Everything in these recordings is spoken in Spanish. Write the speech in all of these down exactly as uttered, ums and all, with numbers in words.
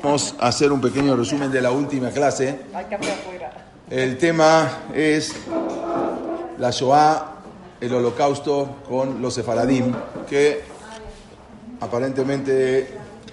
Vamos a hacer un pequeño resumen de la última clase. El tema es la Shoah, el holocausto con los sefaradim, que aparentemente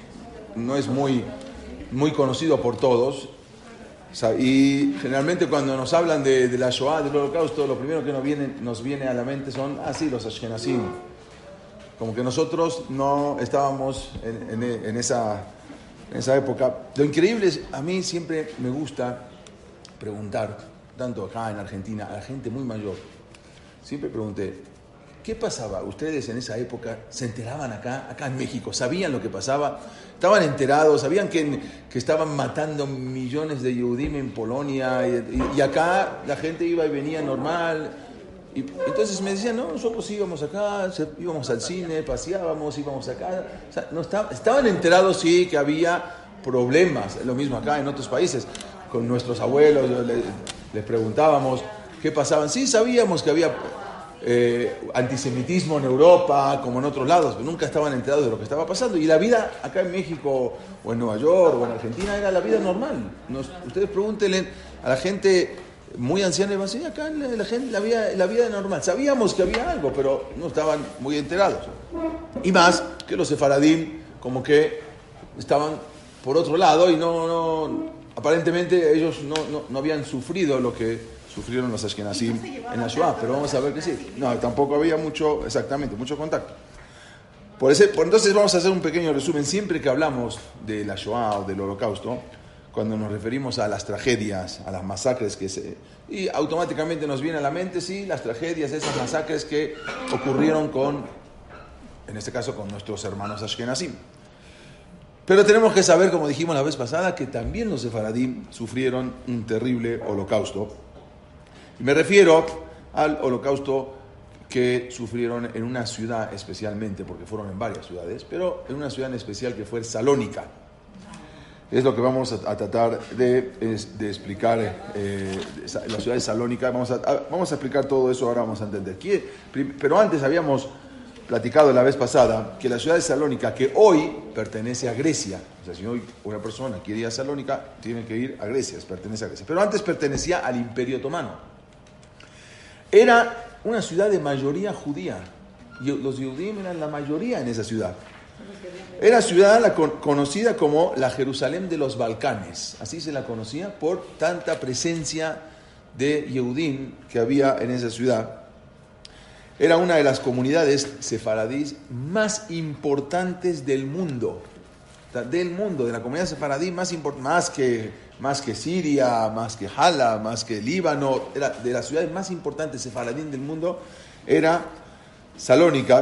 no es muy, muy conocido por todos. O sea, y generalmente cuando nos hablan de, de la Shoah, del holocausto, lo primero que nos viene, nos viene a la mente son, ah sí, los ashkenazim. Como que nosotros no estábamos en, en, en, esa, en esa época. Lo increíble es, a mí siempre me gusta preguntar, tanto acá en Argentina, a la gente muy mayor. Siempre pregunté, ¿qué pasaba? ¿Ustedes en esa época se enteraban acá, acá en México? ¿Sabían lo que pasaba? ¿Estaban enterados? ¿Sabían que, que estaban matando millones de Yehudim en Polonia? Y, y, y acá la gente iba y venía normal. Y entonces me decían, no, nosotros íbamos acá, íbamos al cine, paseábamos, íbamos acá. O sea, no estaban, estaban enterados, sí, que había problemas. Lo mismo acá en otros países. Con nuestros abuelos les, les preguntábamos qué pasaban. Sí, sabíamos que había eh, antisemitismo en Europa, como en otros lados, pero nunca estaban enterados de lo que estaba pasando. Y la vida acá en México, o en Nueva York, o en Argentina, era la vida normal. Nos, ustedes pregúntenle a la gente muy anciana y van a decir, acá la, la gente, la vida, la vida normal. Sabíamos que había algo, pero no estaban muy enterados. Y más que los sefaradim, como que estaban por otro lado y no, no aparentemente ellos no, no, no habían sufrido lo que sufrieron los ashkenazim en la Shoah, pero vamos a ver que sí. No, tampoco había mucho, exactamente, mucho contacto. Por, ese, por entonces vamos a hacer un pequeño resumen. Siempre que hablamos de la Shoah o del holocausto, cuando nos referimos a las tragedias, a las masacres que se... Y automáticamente nos viene a la mente, sí, las tragedias, esas masacres que ocurrieron con, en este caso, con nuestros hermanos ashkenazim. Pero tenemos que saber, como dijimos la vez pasada, que también los sefaradim sufrieron un terrible holocausto. Y me refiero al holocausto que sufrieron en una ciudad especialmente, porque fueron en varias ciudades, pero en una ciudad en especial que fue Salónica. Es lo que vamos a, a tratar de, es, de explicar, eh, la ciudad de Salónica. Vamos a, a, vamos a explicar todo eso, ahora vamos a entender. Pero antes habíamos platicado la vez pasada que la ciudad de Salónica, que hoy pertenece a Grecia, o sea, si hoy una persona quiere ir a Salónica, tiene que ir a Grecia, pertenece a Grecia. Pero antes pertenecía al Imperio Otomano. Era una ciudad de mayoría judía, y los Yehudim eran la mayoría en esa ciudad. Era ciudad la con, conocida como la Jerusalén de los Balcanes, así se la conocía por tanta presencia de Yehudim que había en esa ciudad. Era una de las comunidades sefaradís más importantes del mundo, del mundo, de la comunidad sefaradí más importante, más que, más que Siria, más que Hala, más que Líbano, era de las ciudades más importantes sefaradín del mundo, era Salónica,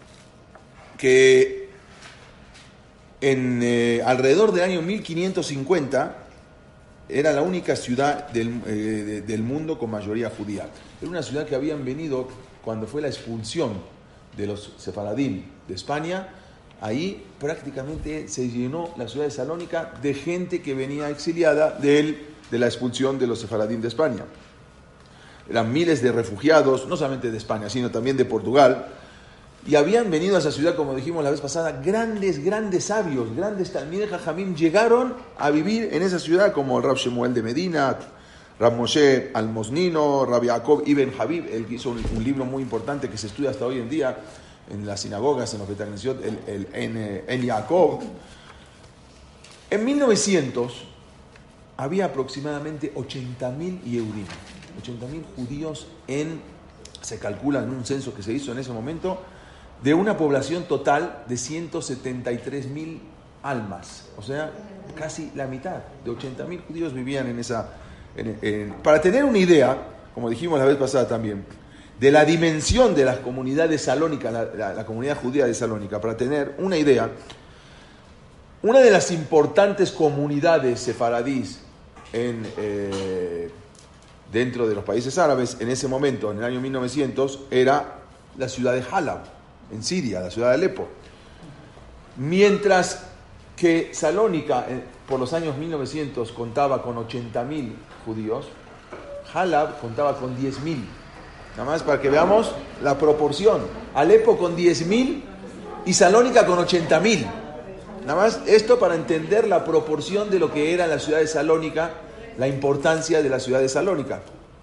que en eh, alrededor del año mil quinientos cincuenta era la única ciudad del, eh, de, del mundo con mayoría judía. Era una ciudad que habían venido cuando fue la expulsión de los sefaradim de España. Ahí prácticamente se llenó la ciudad de Salónica de gente que venía exiliada de, él, de la expulsión de los sefaradim de España. Eran miles de refugiados, no solamente de España, sino también de Portugal. Y habían venido a esa ciudad, como dijimos la vez pasada, grandes, grandes sabios, grandes talmidei jajamim, llegaron a vivir en esa ciudad, como el Rab Shemuel de Medina, Rab Moshe Almosnino, Rab Yaakov Ibn Habib, él hizo un, un libro muy importante que se estudia hasta hoy en día en las sinagogas, en los Bet HaKnesiot, el, el En, en Yaakov. En mil novecientos había aproximadamente ochenta mil Yehudim, ochenta mil judíos en, se calcula en un censo que se hizo en ese momento, de una población total de ciento setenta y tres mil almas, o sea, casi la mitad, de ochenta mil judíos vivían en esa... En, en, para tener una idea, como dijimos la vez pasada también, de la dimensión de la comunidad de Salónica, la, la, la comunidad judía de Salónica, para tener una idea, una de las importantes comunidades sefaradís en, eh, dentro de los países árabes, en ese momento, en el año mil novecientos, era la ciudad de Halab, en Siria, la ciudad de Alepo. Mientras que Salónica, eh, por los años mil novecientos, contaba con ochenta mil judíos, Halab contaba con diez mil. Nada más para que veamos la proporción. Alepo con diez mil y Salónica con ochenta mil. Nada más esto para entender la proporción de lo que era la ciudad de Salónica, la importancia de la ciudad de Salónica.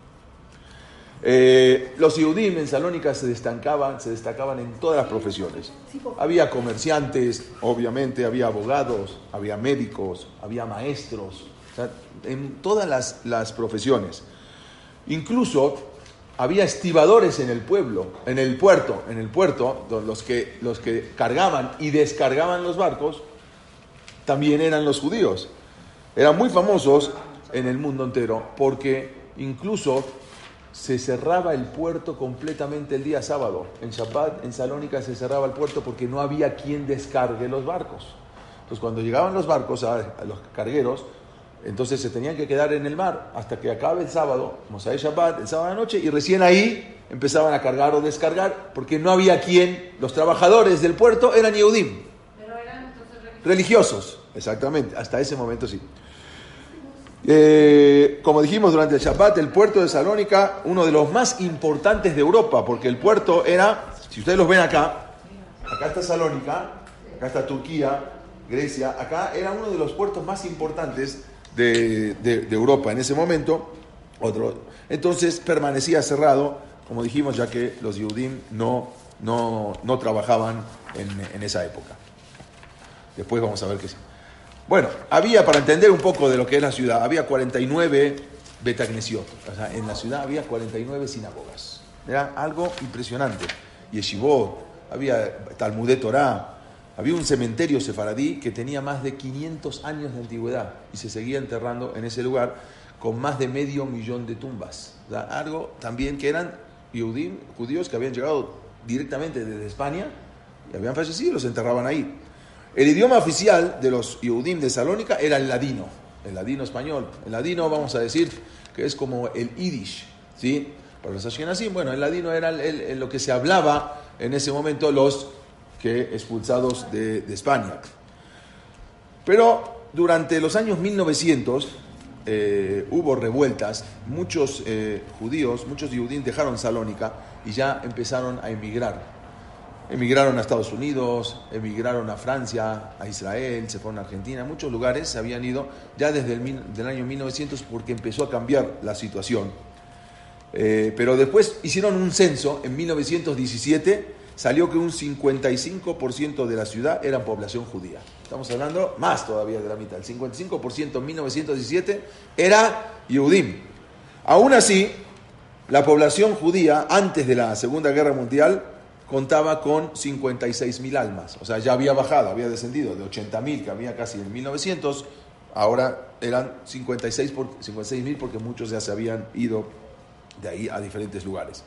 Eh, los Yehudim en Salónica se destacaban, se destacaban en todas las profesiones. Había comerciantes, obviamente, había abogados, había médicos, había maestros, o sea, en todas las, las profesiones. Incluso había estibadores en el pueblo, en el puerto, en el puerto, los que, los que cargaban y descargaban los barcos, también eran los judíos. Eran muy famosos en el mundo entero porque incluso se cerraba el puerto completamente el día sábado. En Shabbat, en Salónica, se cerraba el puerto porque no había quien descargue los barcos. Entonces, cuando llegaban los barcos, a, a los cargueros, entonces se tenían que quedar en el mar hasta que acabe el sábado, Mosai Shabbat, el sábado de la noche, y recién ahí empezaban a cargar o descargar, porque no había quien, los trabajadores del puerto eran Yehudim. Pero eran entonces religiosos. Religiosos, exactamente, hasta ese momento sí. Eh, como dijimos durante el Shabbat, el puerto de Salónica, uno de los más importantes de Europa, porque el puerto era, si ustedes los ven acá, acá está Salónica, acá está Turquía, Grecia, acá era uno de los puertos más importantes de, de, de Europa en ese momento. Otro, entonces permanecía cerrado, como dijimos, ya que los Yehudim no, no, no trabajaban en, en esa época. Después vamos a ver qué sí. Bueno, había, para entender un poco de lo que es la ciudad, había cuarenta y nueve Betagnesiot. O sea, en la ciudad había cuarenta y nueve sinagogas. Era algo impresionante. Yeshivot, había Talmudé Torah, había un cementerio sefaradí que tenía más de quinientos años de antigüedad y se seguía enterrando en ese lugar con más de medio millón de tumbas. O sea, algo también que eran Yehudim, judíos que habían llegado directamente desde España y habían fallecido y los enterraban ahí. El idioma oficial de los Yehudim de Salónica era el ladino, el ladino español. El ladino, vamos a decir, que es como el Yiddish, ¿sí? Para los ashkenazim, bueno, el ladino era el, el, el, lo que se hablaba en ese momento los que expulsados de, de España. Pero durante los años mil novecientos eh, hubo revueltas, muchos eh, judíos, muchos Yehudim dejaron Salónica y ya empezaron a emigrar. Emigraron a Estados Unidos, emigraron a Francia, a Israel, se fueron a Argentina, muchos lugares se habían ido ya desde el mil, del año mil novecientos porque empezó a cambiar la situación. Eh, pero después hicieron un censo en mil novecientos diecisiete, salió que un cincuenta y cinco por ciento de la ciudad era población judía. Estamos hablando más todavía de la mitad, el cincuenta y cinco por ciento en mil novecientos diecisiete era Yehudim. Aún así, la población judía antes de la Segunda Guerra Mundial contaba con cincuenta y seis mil almas, o sea, ya había bajado, había descendido de ochenta mil que había casi en mil novecientos, ahora eran cincuenta y seis mil porque muchos ya se habían ido de ahí a diferentes lugares.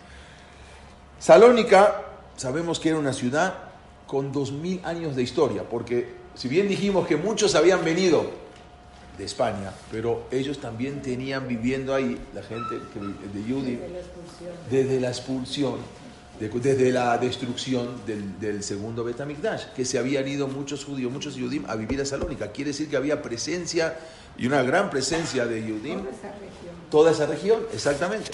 Salónica, sabemos que era una ciudad con dos mil años de historia, porque si bien dijimos que muchos habían venido de España, pero ellos también tenían viviendo ahí, la gente de Yehudim, desde la expulsión, desde la destrucción del, del segundo Bet HaMikdash, que se habían ido muchos judíos, muchos Yehudim a vivir a Salónica. Quiere decir que había presencia, y una gran presencia de Yehudim. Toda esa región. Toda esa región, exactamente.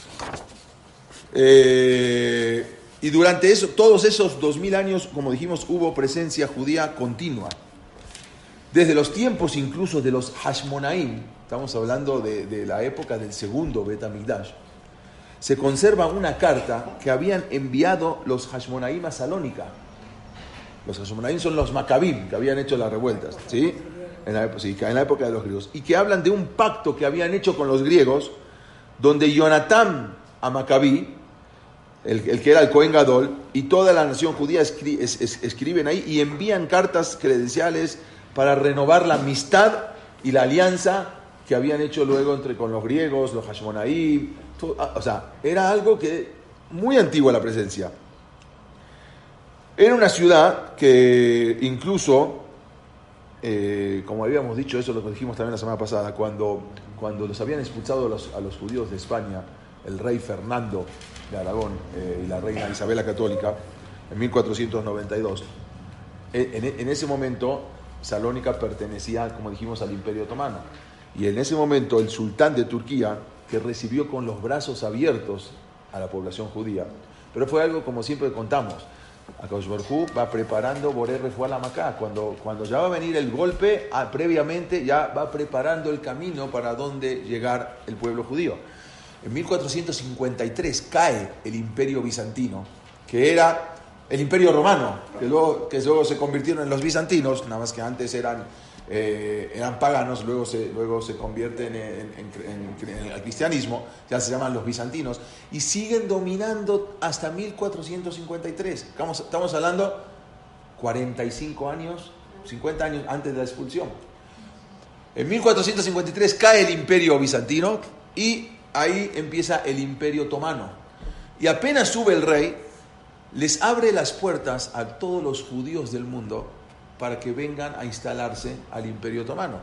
Eh, y durante eso, todos esos dos mil años, como dijimos, hubo presencia judía continua. Desde los tiempos incluso de los Hashmonaim, estamos hablando de, de la época del segundo Bet HaMikdash, se conserva una carta que habían enviado los Hashmonaim a Salónica. Los Hashmonaim son los Maccabim que habían hecho las revueltas, ¿sí? En la, sí, en la época de los griegos. Y que hablan de un pacto que habían hecho con los griegos, donde Jonatán a Maccabí, el, el que era el Cohen Gadol, y toda la nación judía escri, es, es, escriben ahí y envían cartas credenciales para renovar la amistad y la alianza que habían hecho luego entre con los griegos, los Hashmonaim. O sea, era algo que muy antigua la presencia. Era una ciudad que incluso, eh, como habíamos dicho, eso lo dijimos también la semana pasada, cuando, cuando los habían expulsado a los, a los judíos de España, el rey Fernando de Aragón eh, y la reina Isabel la Católica, en mil cuatrocientos noventa y dos, en, en ese momento Salónica pertenecía, como dijimos, al Imperio Otomano. Y en ese momento el sultán de Turquía, que recibió con los brazos abiertos a la población judía. Pero fue algo, como siempre contamos, Akadosh Baruj Hu va preparando Boré Refuá la Macá. Cuando, cuando ya va a venir el golpe, ah, previamente ya va preparando el camino para donde llegar el pueblo judío. En mil cuatrocientos cincuenta y tres cae el imperio bizantino, que era el imperio romano, que luego, que luego se convirtieron en los bizantinos, nada más que antes eran, eh, eran paganos, luego se, luego se convierten en, en, en, en el cristianismo, ya se llaman los bizantinos, y siguen dominando hasta mil cuatrocientos cincuenta y tres. Estamos, estamos hablando cuarenta y cinco años, cincuenta años antes de la expulsión. En mil cuatrocientos cincuenta y tres cae el imperio bizantino y ahí empieza el imperio otomano. Y apenas sube el rey, les abre las puertas a todos los judíos del mundo para que vengan a instalarse al imperio otomano.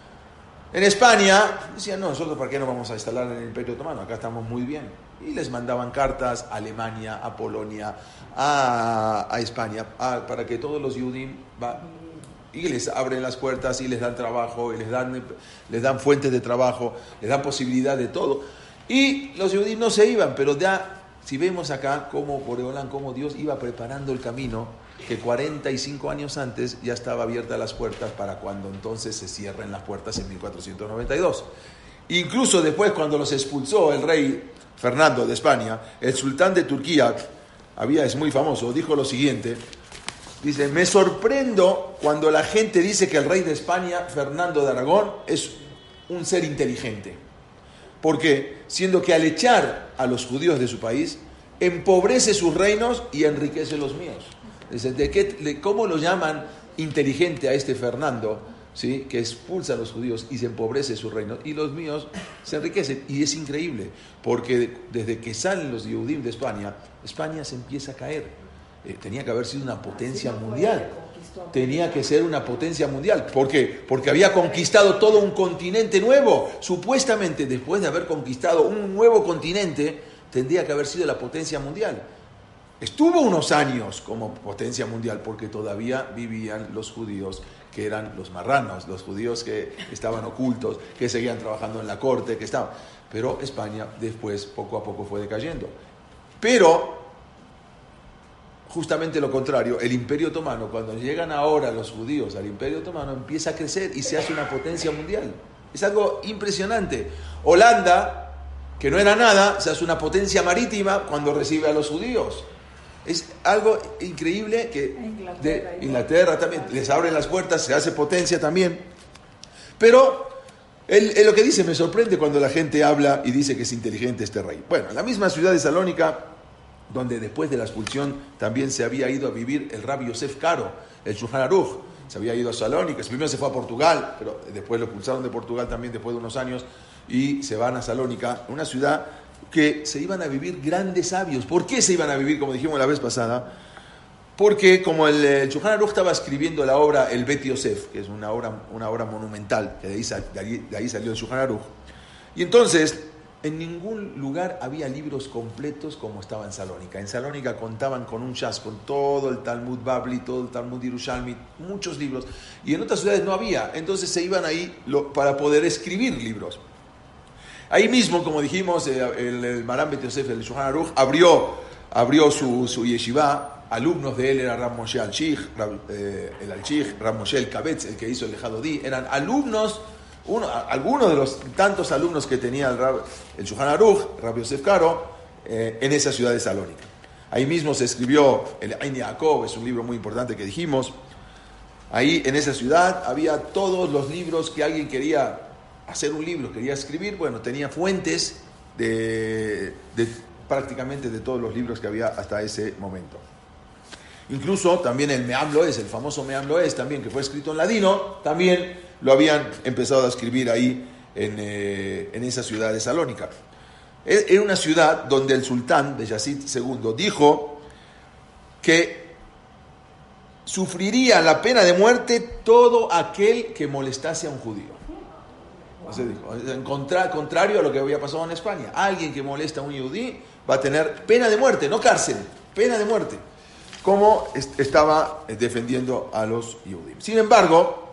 En España decían, no, nosotros ¿para qué nos vamos a instalar en el imperio otomano? Acá estamos muy bien. Y les mandaban cartas a Alemania, a Polonia, a, a España, a, para que todos los Yudim va, y les abren las puertas y les dan trabajo, y les dan, les dan fuentes de trabajo, les dan posibilidad de todo. Y los Yudim no se iban, pero ya, si vemos acá cómo Boreolán, cómo Dios iba preparando el camino, que cuarenta y cinco años antes ya estaba abiertas las puertas para cuando entonces se cierren las puertas en mil cuatrocientos noventa y dos. Incluso después, cuando los expulsó el rey Fernando de España, el sultán de Turquía, había, es muy famoso, dijo lo siguiente, dice, me sorprendo cuando la gente dice que el rey de España, Fernando de Aragón, es un ser inteligente. ¿Por qué? Siendo que al echar a los judíos de su país, empobrece sus reinos y enriquece los míos. Dice, ¿de qué, de ¿cómo lo llaman inteligente a este Fernando, ¿sí? Que expulsa a los judíos y se empobrece su reino? Y los míos se enriquecen. Y es increíble, porque desde que salen los Yehudim de España, España se empieza a caer. Eh, tenía que haber sido una potencia mundial. Tenía que ser una potencia mundial. ¿Por qué? Porque había conquistado todo un continente nuevo. Supuestamente, después de haber conquistado un nuevo continente, tendría que haber sido la potencia mundial. Estuvo unos años como potencia mundial porque todavía vivían los judíos que eran los marranos, los judíos que estaban ocultos, que seguían trabajando en la corte, que estaban. Pero España después, poco a poco, fue decayendo. Pero justamente lo contrario, el Imperio Otomano, cuando llegan ahora los judíos al Imperio Otomano, empieza a crecer y se hace una potencia mundial. Es algo impresionante. Holanda, que no era nada, se hace una potencia marítima cuando recibe a los judíos. Es algo increíble que Inglaterra, de Inglaterra también les abren las puertas, se hace potencia también. Pero él, él lo que dice me sorprende cuando la gente habla y dice que es inteligente este rey. Bueno, en la misma ciudad de Salónica, donde después de la expulsión también se había ido a vivir el Rabbi Yosef Karo, el Shulchan Aruch, se había ido a Salónica, primero se fue a Portugal, pero después lo expulsaron de Portugal también después de unos años y se van a Salónica, una ciudad que se iban a vivir grandes sabios. ¿Por qué se iban a vivir, como dijimos la vez pasada? Porque como el, el Shulchan Aruch estaba escribiendo la obra El Bet Yosef, que es una obra, una obra monumental, que de ahí, de, ahí, de ahí salió el Shulchan Aruch, y entonces en ningún lugar había libros completos como estaba en Salónica. En Salónica contaban con un shas, con todo el Talmud Babli, todo el Talmud Yerushalmi, muchos libros, y en otras ciudades no había, entonces se iban ahí lo, para poder escribir libros. Ahí mismo, como dijimos, el, el Maram Bet Yosef, el Shulchan Aruch, abrió, abrió su, su yeshiva. Alumnos de él eran Rab Moshe Alchich, eh, el Alchich, Rab Moshe el Kabetz, el que hizo el Lejadodí. Eran alumnos, uno, algunos de los tantos alumnos que tenía el, Rab, el Shulchan Aruch, Rab Yosef Karo, eh, en esa ciudad de Salónica. Ahí mismo se escribió el Ein Yaakov, es un libro muy importante que dijimos. Ahí en esa ciudad había todos los libros que alguien quería hacer un libro, quería escribir, bueno, tenía fuentes de, de prácticamente de todos los libros que había hasta ese momento. Incluso también el Me'am Lo'ez, el famoso Me'am Lo'ez también, que fue escrito en ladino, también lo habían empezado a escribir ahí en, eh, en esa ciudad de Salónica. Era una ciudad donde el sultán de Yazid segundo dijo que sufriría la pena de muerte todo aquel que molestase a un judío. Así dijo, en contra, contrario a lo que había pasado en España. Alguien que molesta a un yudí va a tener pena de muerte, no cárcel, pena de muerte, como est- estaba defendiendo a los yudí. Sin embargo,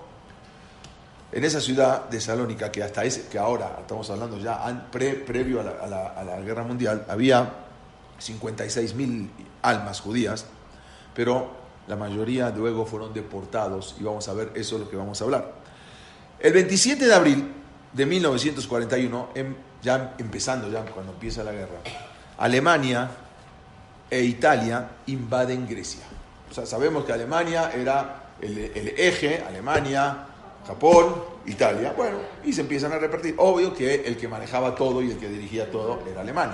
en esa ciudad de Salónica, que hasta ese, que ahora estamos hablando ya pre, previo a la, a, la, a la guerra mundial, había cincuenta y seis mil almas judías. pero la mayoría luego fueron deportados y vamos a ver eso es lo que vamos a hablar. El veintisiete de abril de mil novecientos cuarenta y uno, em, ya empezando, ya cuando empieza la guerra, Alemania e Italia invaden Grecia. O sea, sabemos que Alemania era el, el eje, Alemania, Japón, Italia, bueno, y se empiezan a repartir. Obvio que el que manejaba todo y el que dirigía todo era Alemania.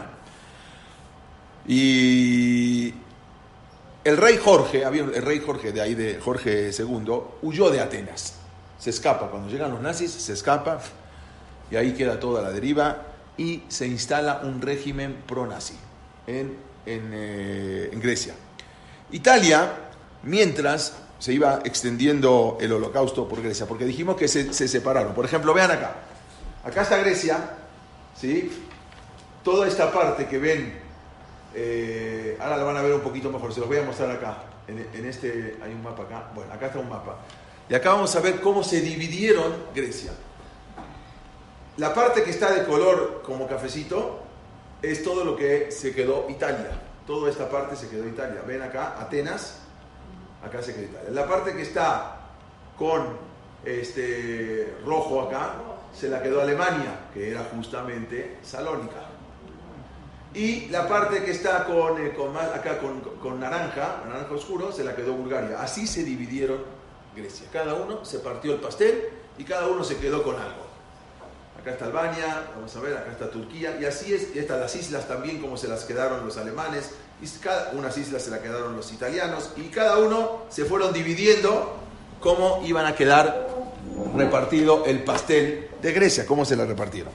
Y el rey Jorge, había el rey Jorge de ahí, de Jorge segundo, huyó de Atenas. Se escapa, cuando llegan los nazis, se escapa, y ahí queda toda la deriva, y se instala un régimen pro-nazi en, en, eh, en Grecia. Italia, mientras se iba extendiendo el holocausto por Grecia, porque dijimos que se, se separaron. Por ejemplo, vean acá. Acá está Grecia, ¿sí? Toda esta parte que ven, eh, ahora la van a ver un poquito mejor, se los voy a mostrar acá. En, en este, hay un mapa acá. Bueno, acá está un mapa. Y acá vamos a ver cómo se dividieron Grecia. La parte que está de color como cafecito es todo lo que se quedó Italia. Toda esta parte se quedó Italia. Ven acá, Atenas, acá se quedó Italia. La parte que está con este rojo acá, se la quedó Alemania, que era justamente Salónica. Y la parte que está con, eh, con acá con, con naranja, naranja oscuro, se la quedó Bulgaria. Así se dividieron Grecia. Cada uno se partió el pastel y cada uno se quedó con algo. Acá está Albania, vamos a ver, acá está Turquía, y así es, y están las islas también, como se las quedaron los alemanes, y cada, unas islas se las quedaron los italianos, y cada uno se fueron dividiendo cómo iban a quedar repartido el pastel de Grecia, cómo se la repartieron.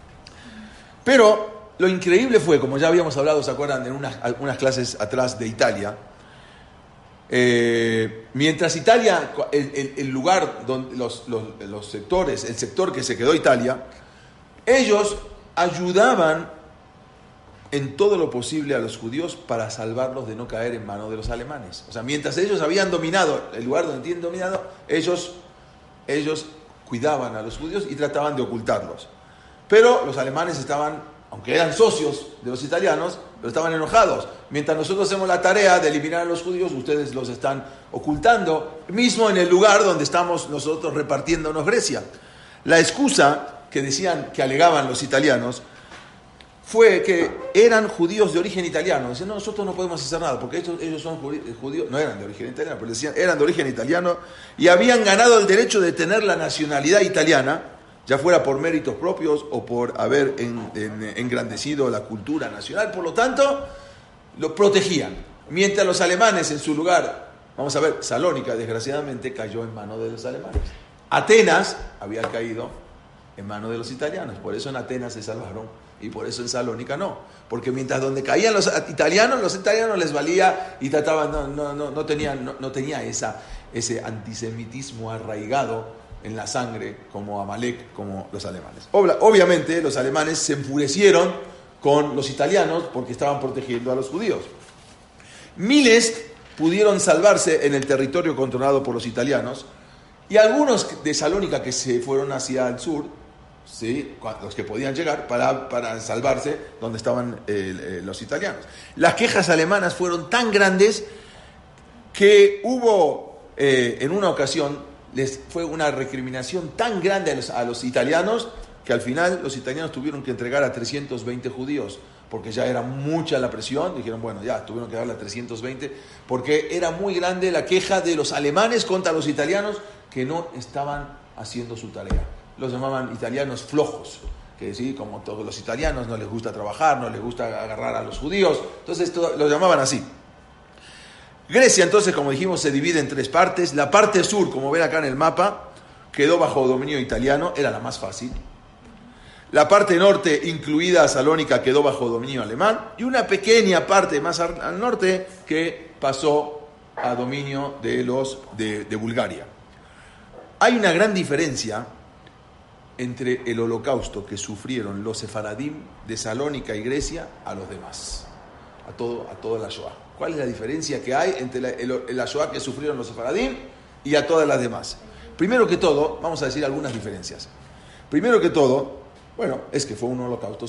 Pero lo increíble fue, como ya habíamos hablado, ¿se acuerdan? En unas, unas clases atrás de Italia, eh, mientras Italia, el, el, el lugar donde los, los, los sectores, el sector que se quedó Italia, ellos ayudaban en todo lo posible a los judíos para salvarlos de no caer en manos de los alemanes. O sea, mientras ellos habían dominado el lugar donde tienen dominado, ellos, ellos cuidaban a los judíos y trataban de ocultarlos. Pero los alemanes estaban, aunque eran socios de los italianos, pero estaban enojados. Mientras nosotros hacemos la tarea de eliminar a los judíos, ustedes los están ocultando, mismo en el lugar donde estamos nosotros repartiéndonos Grecia. La excusa que decían, que alegaban los italianos, fue que eran judíos de origen italiano. Decían, no, nosotros no podemos hacer nada, porque ellos, ellos son judíos, no eran de origen italiano, pero decían, eran de origen italiano, y habían ganado el derecho de tener la nacionalidad italiana, ya fuera por méritos propios o por haber en, en, engrandecido la cultura nacional. Por lo tanto, lo protegían. Mientras los alemanes en su lugar, vamos a ver, Salónica desgraciadamente cayó en manos de los alemanes. Atenas había caído en manos de los italianos, por eso en Atenas se salvaron y por eso en Salónica no, porque mientras donde caían los italianos, los italianos les valía y trataban, no, no, no, no tenían, no, no tenía esa, ese antisemitismo arraigado en la sangre como Amalek, como los alemanes. Obla, obviamente los alemanes se enfurecieron con los italianos porque estaban protegiendo a los judíos. Miles pudieron salvarse en el territorio controlado por los italianos y algunos de Salónica que se fueron hacia el sur, ¿sí? Los que podían llegar para, para salvarse donde estaban eh, eh, los italianos. Las quejas alemanas fueron tan grandes que hubo eh, en una ocasión les fue una recriminación tan grande a los, a los italianos que al final los italianos tuvieron que entregar a trescientos veinte judíos porque ya era mucha la presión. Dijeron, bueno, ya tuvieron que darle a trescientos veinte porque era muy grande la queja de los alemanes contra los italianos que no estaban haciendo su tarea. Los llamaban italianos flojos, que sí, como todos los italianos no les gusta trabajar, no les gusta agarrar a los judíos, entonces todo, los llamaban así. Grecia, entonces, como dijimos, se divide en tres partes. La parte sur, como ven acá en el mapa, quedó bajo dominio italiano, era la más fácil. La parte norte, incluida Salónica, quedó bajo dominio alemán, y una pequeña parte más al norte que pasó a dominio de los de, de Bulgaria. Hay una gran diferencia entre el holocausto que sufrieron los sefaradim de Salónica y Grecia a los demás, a todo, a toda la Shoah. ¿Cuál es la diferencia que hay entre la, el, la Shoah que sufrieron los sefaradim y a todas las demás? Primero que todo, vamos a decir algunas diferencias. Primero que todo, bueno, es que fue un holocausto sefaradí, no ashkenazí. ¿Eh? Casi completo. Ahora vamos a ver.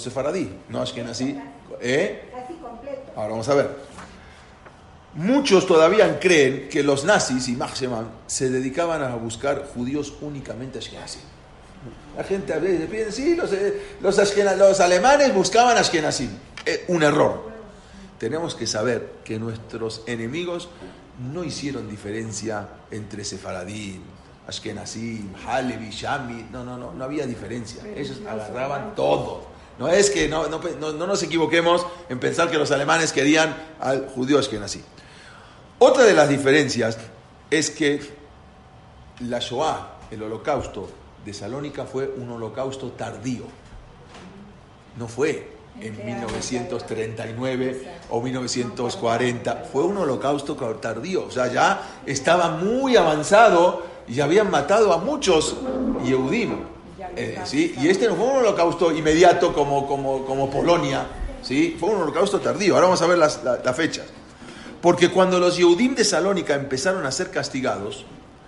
Muchos todavía creen que los nazis y Mahseman se dedicaban a buscar judíos únicamente ashkenazim. La gente a veces piensa, sí, los, los, ashkenaz, los alemanes buscaban ashkenazim. Eh, un error. Tenemos que saber que nuestros enemigos no hicieron diferencia entre sefaradín, ashkenazim, halevi, shami. No, no, no, no había diferencia. Ellos agarraban todo. No es que no, no, no, no nos equivoquemos en pensar que los alemanes querían al judío ashkenazí. Otra de las diferencias es que la Shoah, el holocausto de Salónica, fue un holocausto tardío. No fue en mil novecientos treinta y nueve o mil novecientos cuarenta. Fue un holocausto tardío. O sea, ya estaba muy avanzado y habían matado a muchos Yehudim. Eh, ¿sí? Y este no fue un holocausto inmediato como, como, como Polonia. ¿Sí? Fue un holocausto tardío. Ahora vamos a ver las, las, las fechas. Porque cuando los Yehudim de Salónica empezaron a ser castigados,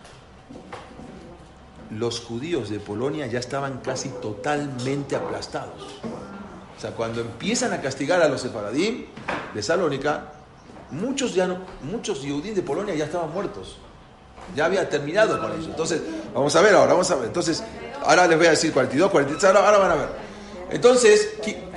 los judíos de Polonia ya estaban casi totalmente aplastados. O sea, cuando empiezan a castigar a los sefaradim de Salónica, muchos, ya no, muchos Yehudim de Polonia ya estaban muertos. Ya había terminado con eso. Entonces, vamos a ver ahora, vamos a ver. Entonces, ahora les voy a decir cuarenta y dos, cuarenta y tres, ahora, ahora van a ver. Entonces,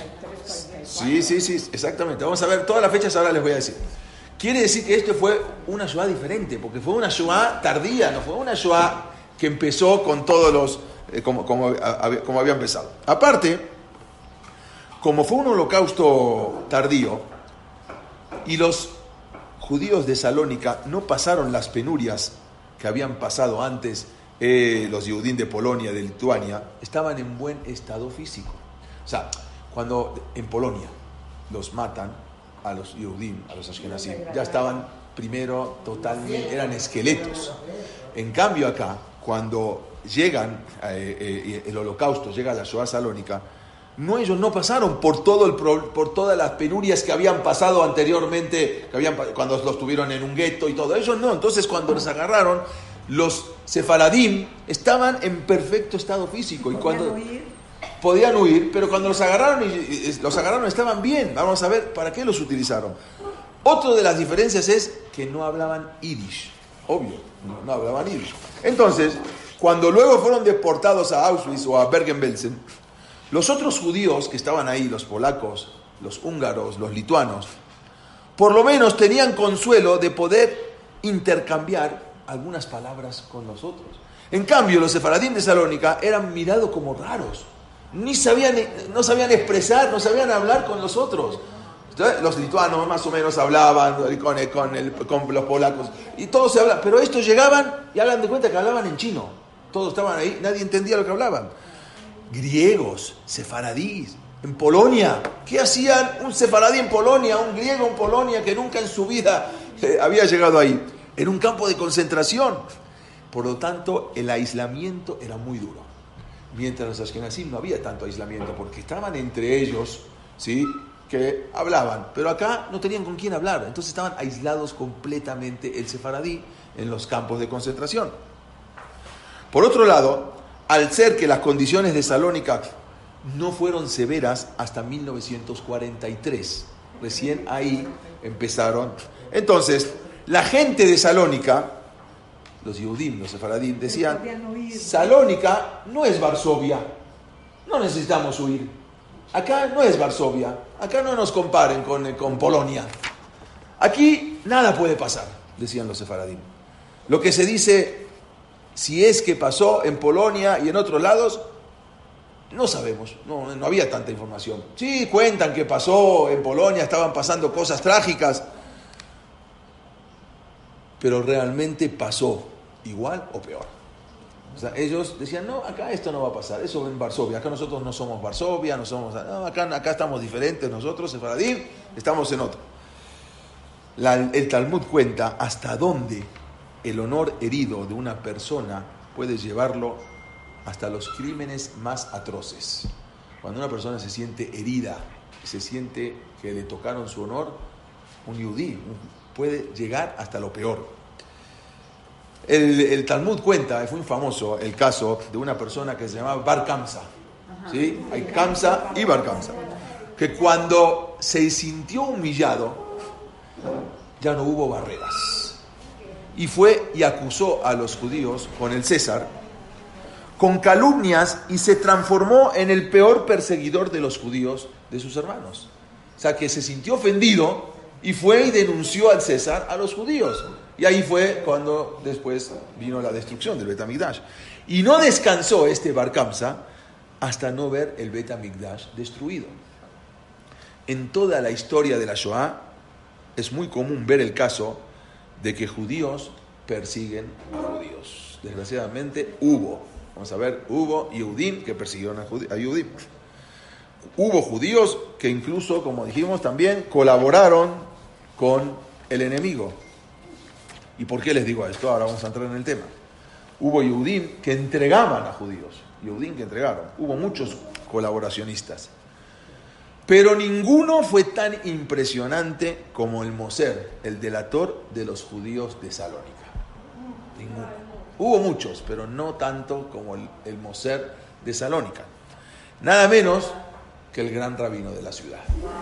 sí, sí, sí, exactamente. Vamos a ver todas las fechas, ahora les voy a decir. Quiere decir que esto fue una Shoah diferente, porque fue una Shoah tardía, no fue una Shoah que empezó con todos los, eh, como, como, a, como había empezado. Aparte, como fue un holocausto tardío, y los judíos de Salónica no pasaron las penurias que habían pasado antes eh, los Yehudim de Polonia, de Lituania, estaban en buen estado físico. O sea, cuando en Polonia los matan a los Yehudim, a los Ashkenazim, ya estaban primero totalmente, eran esqueletos. En cambio acá, cuando llegan, eh, eh, el holocausto, llega a la Shoah Salónica, no, ellos no pasaron por, todo el, por todas las penurias que habían pasado anteriormente, que habían, cuando los tuvieron en un gueto y todo. Ellos no. Entonces, cuando los agarraron, los sefaradim estaban en perfecto estado físico. Y cuando huir? Podían huir, pero cuando los agarraron, y, y, los agarraron estaban bien. Vamos a ver para qué los utilizaron. Otra de las diferencias es que no hablaban yiddish. Obvio, no, no hablaban yiddish. Entonces, cuando luego fueron deportados a Auschwitz o a Bergen-Belsen, los otros judíos que estaban ahí, los polacos, los húngaros, los lituanos, por lo menos tenían consuelo de poder intercambiar algunas palabras con nosotros. En cambio, los sefaradín de Salónica eran mirados como raros. Ni sabían, no sabían expresar, no sabían hablar con los otros. Entonces, los lituanos más o menos hablaban con, el, con, el, con los polacos y todos se hablaban. Pero estos llegaban y hagan de cuenta que hablaban en chino. Todos estaban ahí, nadie entendía lo que hablaban. Griegos, sefaradíes, en Polonia. ¿Qué hacían un sefaradí en Polonia, un griego en Polonia que nunca en su vida eh, había llegado ahí? Era un campo de concentración. Por lo tanto, el aislamiento era muy duro. Mientras los ashkenazim no había tanto aislamiento, porque estaban entre ellos, ¿sí?, que hablaban, pero acá no tenían con quién hablar. Entonces estaban aislados completamente el sefaradí en los campos de concentración. Por otro lado, al ser que las condiciones de Salónica no fueron severas hasta mil novecientos cuarenta y tres, recién ahí empezaron. Entonces, la gente de Salónica, los Yehudim, los sefaradín, decían: Salónica no es Varsovia, no necesitamos huir. Acá no es Varsovia, acá no nos comparen con, con Polonia. Aquí nada puede pasar, decían los sefaradín. Lo que se dice, si es que pasó en Polonia y en otros lados, no sabemos, no, no había tanta información. Sí, cuentan que pasó en Polonia, estaban pasando cosas trágicas, pero realmente pasó igual o peor. O sea, ellos decían: no, acá esto no va a pasar, eso en Varsovia, acá nosotros no somos Varsovia, no somos, no, acá, acá estamos diferentes nosotros, sefaradín, estamos en otro. La, el Talmud cuenta hasta dónde el honor herido de una persona puede llevarlo hasta los crímenes más atroces. Cuando una persona se siente herida, se siente que le tocaron su honor, un yudí puede llegar hasta lo peor. El, el Talmud cuenta, fue muy famoso el caso de una persona que se llamaba Bar Kamsa. ¿Sí? Hay Kamsa y Bar Kamsa. Que cuando se sintió humillado, ya no hubo barreras. Y fue y acusó a los judíos con el César, con calumnias, y se transformó en el peor perseguidor de los judíos, de sus hermanos. O sea, que se sintió ofendido y fue y denunció al César a los judíos. Y ahí fue cuando después vino la destrucción del Bet HaMikdash. Y no descansó este Bar Kamsa hasta no ver el Bet HaMikdash destruido. En toda la historia de la Shoah es muy común ver el caso de que judíos persiguen a judíos. Desgraciadamente hubo, vamos a ver, hubo Yehudim que persiguieron a, judí- a Yehudim. Hubo judíos que incluso, como dijimos también, colaboraron con el enemigo. ¿Y por qué les digo esto? Ahora vamos a entrar en el tema. Hubo Yehudim que entregaban a judíos. Yehudim que entregaron. Hubo muchos colaboracionistas. Pero ninguno fue tan impresionante como el Moser, el delator de los judíos de Salónica. Ninguno. Hubo muchos, pero no tanto como el, el Moser de Salónica. Nada menos que el gran rabino de la ciudad.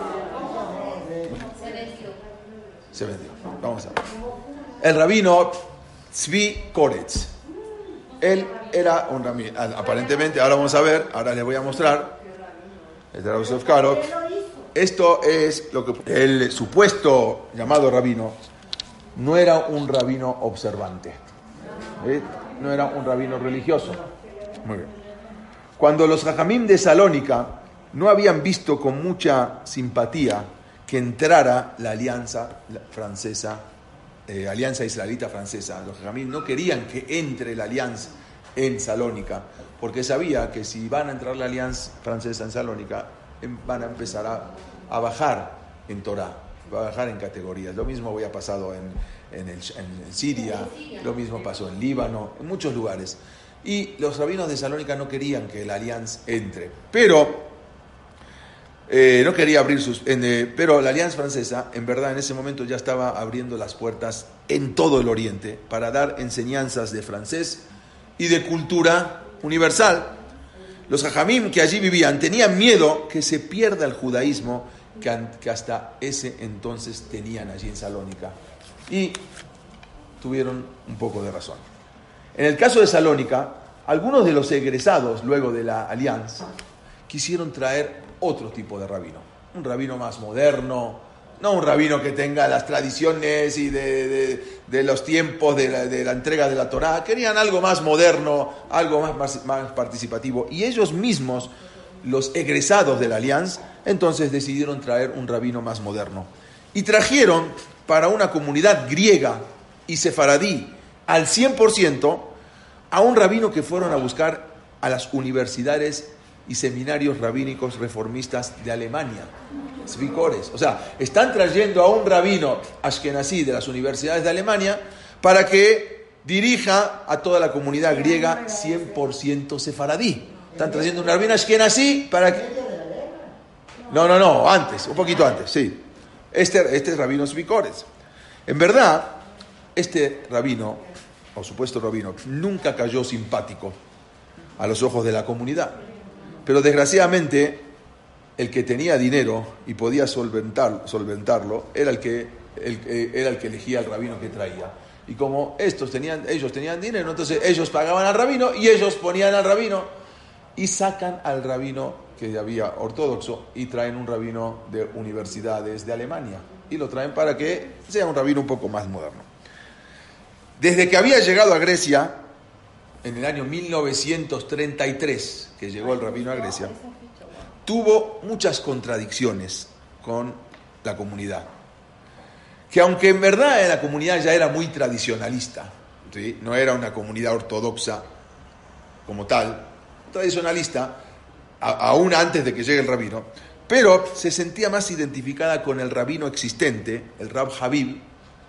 Se vendió. Se vendió. Vamos a ver. El rabino Tzvi Koretz. Él era un rabino. Aparentemente, ahora vamos a ver, ahora les voy a mostrar. El de Yosef Karo. Esto es lo que el supuesto llamado rabino no era un rabino observante. ¿Sí? No era un rabino religioso. Muy bien. Cuando los Jajamim de Salónica no habían visto con mucha simpatía que entrara la alianza francesa, eh, alianza israelita francesa, los Jajamim no querían que entre la alianza en Salónica, porque sabía que si van a entrar la alianza francesa en Salónica, em, van a empezar a, a bajar en Torah, va a bajar en categorías. Lo mismo había pasado en, en, el, en Siria, lo mismo pasó en Líbano, en muchos lugares. Y los rabinos de Salónica no querían que la alianza entre, pero eh, no quería abrir sus, en, eh, pero la alianza francesa, en verdad, en ese momento ya estaba abriendo las puertas en todo el Oriente para dar enseñanzas de francés y de cultura universal. Los jajamim que allí vivían tenían miedo que se pierda el judaísmo que, que hasta ese entonces tenían allí en Salónica. Y tuvieron un poco de razón. En el caso de Salónica, algunos de los egresados luego de la alianza quisieron traer otro tipo de rabino. Un rabino más moderno, no un rabino que tenga las tradiciones y de, de, de los tiempos de la, de la entrega de la Torá. Querían algo más moderno, algo más, más, más participativo. Y ellos mismos, los egresados de la alianza, entonces decidieron traer un rabino más moderno. Y trajeron para una comunidad griega y sefaradí al cien por ciento a un rabino que fueron a buscar a las universidades y seminarios rabínicos reformistas de Alemania, Tzvi Koretz. O sea, están trayendo a un rabino ashkenazí de las universidades de Alemania para que dirija a toda la comunidad griega cien por ciento sefaradí. Están trayendo un rabino ashkenazí para que... No, no, no, antes, un poquito antes, sí. Este, este es rabino Tzvi Koretz. En verdad, este rabino, o supuesto rabino, nunca cayó simpático a los ojos de la comunidad. Pero desgraciadamente, el que tenía dinero y podía solventar, solventarlo era el, que, el, era el que elegía al rabino que traía. Y como estos tenían, ellos tenían dinero, entonces ellos pagaban al rabino y ellos ponían al rabino y sacan al rabino que había ortodoxo y traen un rabino de universidades de Alemania. Y lo traen para que sea un rabino un poco más moderno. Desde que había llegado a Grecia, en el año mil novecientos treinta y tres, que llegó el rabino a Grecia, tuvo muchas contradicciones con la comunidad. Que aunque en verdad la comunidad ya era muy tradicionalista, ¿sí? No era una comunidad ortodoxa como tal, tradicionalista, a, aún antes de que llegue el rabino, pero se sentía más identificada con el rabino existente, el Rab Habib,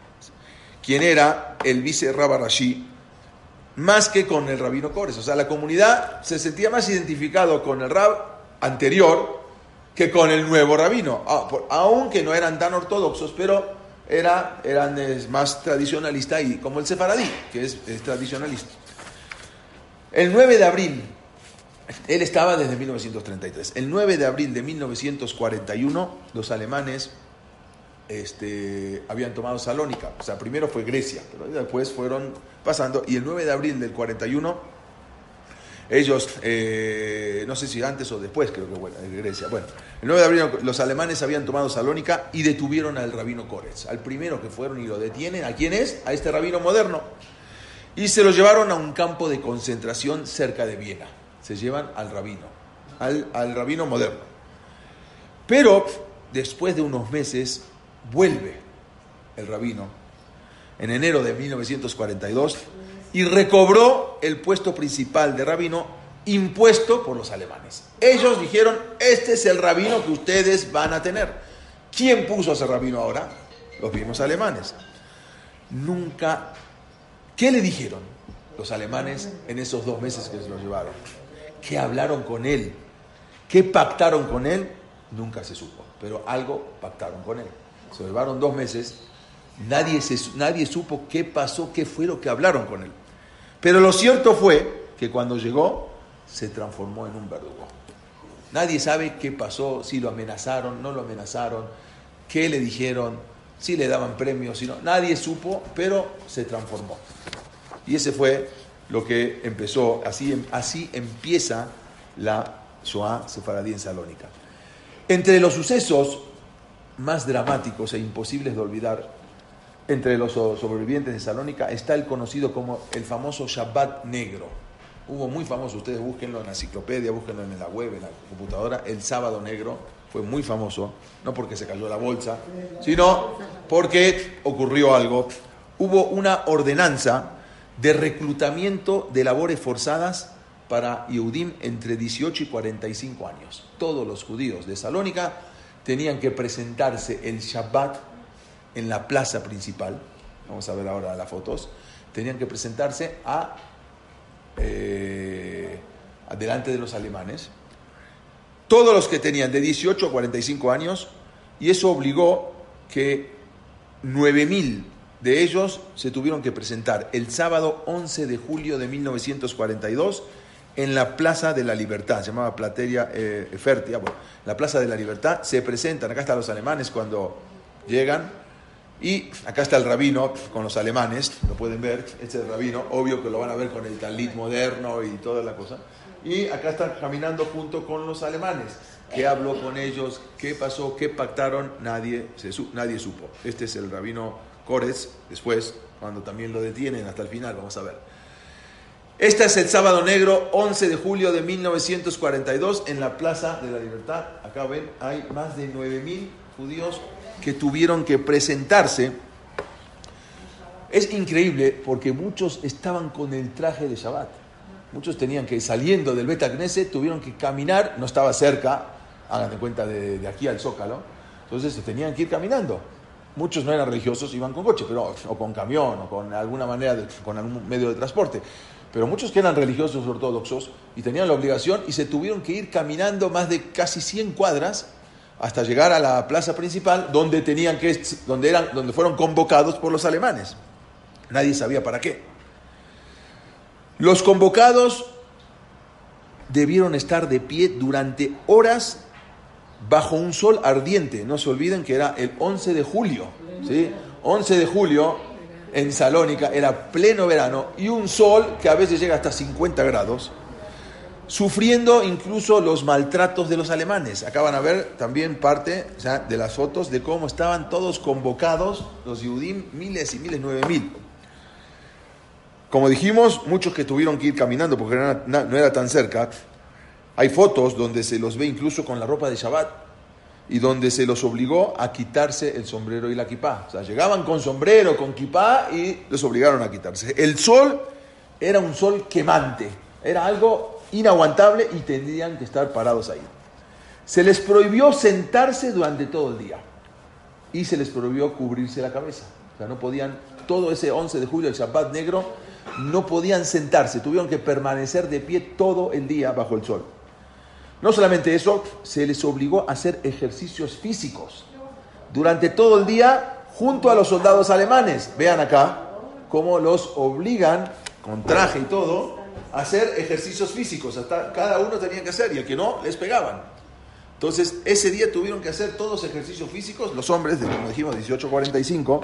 quien era el vice Rab Rashi, más que con el rabino Koretz. O sea, la comunidad se sentía más identificado con el Rab anterior que con el nuevo rabino, aunque no eran tan ortodoxos, pero era, eran más tradicionalistas, y como el sefaradí, que es, es tradicionalista. El nueve de abril, él estaba desde mil novecientos treinta y tres, el nueve de abril de mil novecientos cuarenta y uno, los alemanes este, habían tomado Salónica. O sea, primero fue Grecia, pero después fueron pasando. Y el nueve de abril del cuarenta y uno, ellos, eh, no sé si antes o después, creo que bueno, en Grecia. Bueno, el nueve de abril los alemanes habían tomado Salónica y detuvieron al rabino Koretz. Al primero que fueron y lo detienen, ¿a quién es? A este rabino moderno. Y se lo llevaron a un campo de concentración cerca de Viena. Se llevan al rabino, al, al rabino moderno. Pero después de unos meses vuelve el rabino en enero de mil novecientos cuarenta y dos y recobró el puesto principal de rabino impuesto por los alemanes. Ellos dijeron, este es el rabino que ustedes van a tener. ¿Quién puso a ese rabino ahora? Los mismos alemanes. Nunca... ¿Qué le dijeron los alemanes en esos dos meses que se lo llevaron? ¿Qué hablaron con él? ¿Qué pactaron con él? Nunca se supo, pero algo pactaron con él. Se lo llevaron dos meses, nadie, se, nadie supo qué pasó, qué fue lo que hablaron con él. Pero lo cierto fue que cuando llegó, se transformó en un verdugo. Nadie sabe qué pasó, si lo amenazaron, no lo amenazaron, qué le dijeron, si le daban premios, si no. Nadie supo, pero se transformó. Y ese fue lo que empezó, así, así empieza la Shoah sefaradí en Salónica. Entre los sucesos más dramáticos e imposibles de olvidar, entre los sobrevivientes de Salónica, está el conocido como el famoso Shabbat negro. Hubo muy famoso, ustedes búsquenlo en la enciclopedia, búsquenlo en la web, en la computadora, el sábado negro. Fue muy famoso, no porque se cayó la bolsa, sino porque ocurrió algo. Hubo una ordenanza de reclutamiento de labores forzadas para Yehudim entre dieciocho y cuarenta y cinco años. Todos los judíos de Salónica tenían que presentarse el Shabbat en la plaza principal. Vamos a ver ahora las fotos. Tenían que presentarse a, eh, delante de los alemanes. Todos los que tenían de dieciocho a cuarenta y cinco años, y eso obligó que nueve mil de ellos se tuvieron que presentar el sábado once de julio de mil novecientos cuarenta y dos en la Plaza de la Libertad, se llamaba Plateria eh, Fertia, bueno, la Plaza de la Libertad. Se presentan, acá están los alemanes cuando llegan, y acá está el rabino con los alemanes, lo pueden ver, este es el rabino, obvio que lo van a ver con el talit moderno y toda la cosa. Y acá están caminando junto con los alemanes. ¿Qué habló con ellos? ¿Qué pasó? ¿Qué pactaron? Nadie, se, nadie supo. Este es el rabino Koretz, después, cuando también lo detienen hasta el final, vamos a ver. Este es el sábado negro, once de julio de mil novecientos cuarenta y dos, en la Plaza de la Libertad. Acá ven, hay más de nueve mil judíos que tuvieron que presentarse. Es increíble porque muchos estaban con el traje de Shabbat. Muchos tenían que, saliendo del Bet Knesset, tuvieron que caminar, no estaba cerca, hagan de cuenta de, de aquí al Zócalo, entonces se tenían que ir caminando. Muchos no eran religiosos, iban con coche, pero, o con camión, o con alguna manera, de, con algún medio de transporte. Pero muchos que eran religiosos ortodoxos y tenían la obligación y se tuvieron que ir caminando más de casi cien cuadras hasta llegar a la plaza principal, donde tenían que, donde eran, donde fueron convocados por los alemanes. Nadie sabía para qué. Los convocados debieron estar de pie durante horas bajo un sol ardiente. No se olviden que era el once de julio, ¿sí? once de julio en Salónica, era pleno verano, y un sol que a veces llega hasta cincuenta grados, sufriendo incluso los maltratos de los alemanes. Acá van a ver también parte, o sea, de las fotos de cómo estaban todos convocados, los Yehudim, miles y miles, nueve mil. Como dijimos, muchos que tuvieron que ir caminando porque no era tan cerca. Hay fotos donde se los ve incluso con la ropa de Shabbat y donde se los obligó a quitarse el sombrero y la kipá. O sea, llegaban con sombrero, con kipá, y los obligaron a quitarse. El sol era un sol quemante, era algo inaguantable y tendrían que estar parados ahí. Se les prohibió sentarse durante todo el día y se les prohibió cubrirse la cabeza. O sea, no podían, todo ese once de julio, el Shabbat negro, no podían sentarse, tuvieron que permanecer de pie todo el día bajo el sol. No solamente eso, se les obligó a hacer ejercicios físicos durante todo el día junto a los soldados alemanes. Vean acá cómo los obligan, con traje y todo, a hacer ejercicios físicos. Hasta cada uno tenía que hacer, y el que no, les pegaban. Entonces, ese día tuvieron que hacer todos ejercicios físicos, los hombres, de como dijimos, dieciocho cuarenta y cinco,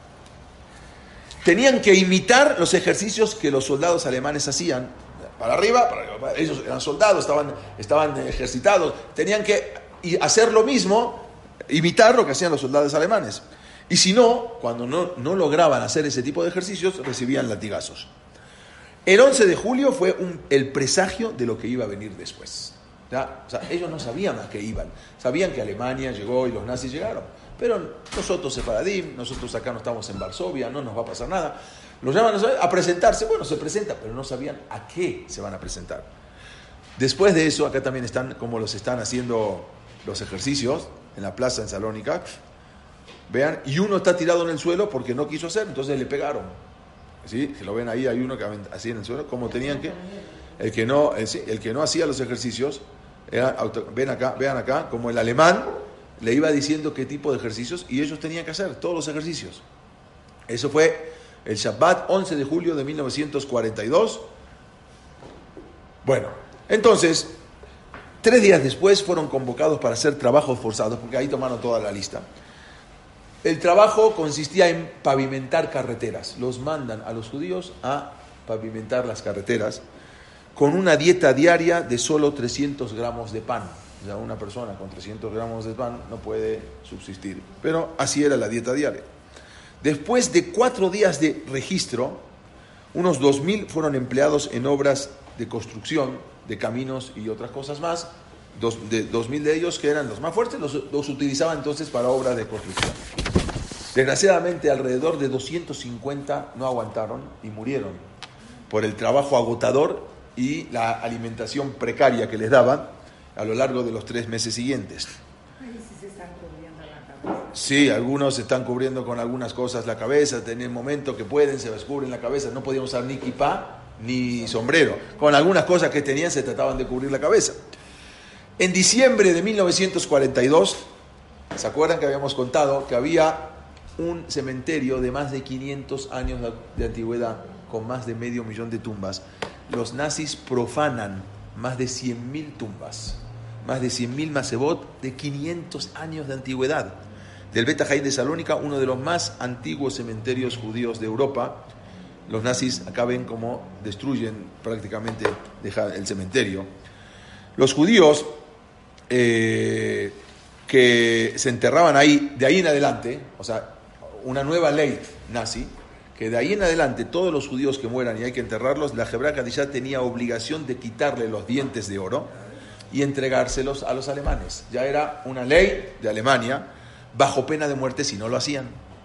tenían que imitar los ejercicios que los soldados alemanes hacían, para arriba, para arriba, ellos eran soldados, estaban, estaban ejercitados, tenían que hacer lo mismo, imitar lo que hacían los soldados alemanes. Y si no, cuando no, no lograban hacer ese tipo de ejercicios, recibían latigazos. El once de julio fue un, el presagio de lo que iba a venir después. ¿Ya? O sea, ellos no sabían a qué iban. Sabían que Alemania llegó y los nazis llegaron. Pero nosotros, Sefaradim, nosotros acá no estamos en Varsovia, no nos va a pasar nada. Los llaman a presentarse. Bueno, se presentan, pero no sabían a qué se van a presentar. Después de eso, acá también están como los están haciendo los ejercicios en la plaza en Salónica. Vean, y uno está tirado en el suelo porque no quiso hacer, entonces le pegaron. ¿Sí? Si lo ven ahí, hay uno que así en el suelo, como tenían que. El que no, el, el que no hacía los ejercicios, era auto, ven acá, vean acá, como el alemán le iba diciendo qué tipo de ejercicios y ellos tenían que hacer todos los ejercicios. Eso fue el Shabbat once de julio de mil novecientos cuarenta y dos. Bueno, entonces, tres días después fueron convocados para hacer trabajos forzados, porque ahí tomaron toda la lista. El trabajo consistía en pavimentar carreteras. Los mandan a los judíos a pavimentar las carreteras con una dieta diaria de solo trescientos gramos de pan. O sea, una persona con trescientos gramos de pan no puede subsistir. Pero así era la dieta diaria. Después de cuatro días de registro, unos dos mil fueron empleados en obras de construcción, de caminos y otras cosas más. Dos, de, dos mil de ellos, que eran los más fuertes, los, los utilizaban entonces para obras de construcción. Desgraciadamente, alrededor de doscientos cincuenta no aguantaron y murieron por el trabajo agotador y la alimentación precaria que les daban a lo largo de los tres meses siguientes. Ahí sí se están cubriendo la cabeza. Sí, algunos se están cubriendo con algunas cosas la cabeza, en el momento que pueden se descubren la cabeza, no podían usar ni kipá ni sombrero, con algunas cosas que tenían se trataban de cubrir la cabeza. En diciembre de mil novecientos cuarenta y dos, ¿se acuerdan que habíamos contado que había un cementerio de más de quinientos años de antigüedad, con más de medio millón de tumbas? Los nazis profanan más de cien mil tumbas, más de cien mil masebot de quinientos años de antigüedad. Del Bet Haim de Salónica, uno de los más antiguos cementerios judíos de Europa, los nazis acá ven cómo destruyen prácticamente el cementerio. Los judíos eh, que se enterraban ahí, de ahí en adelante, o sea, una nueva ley nazi, que de ahí en adelante todos los judíos que mueran y hay que enterrarlos, la Hebra Kadishá tenía obligación de quitarle los dientes de oro y entregárselos a los alemanes. Ya era una ley de Alemania, bajo pena de muerte si no lo hacían.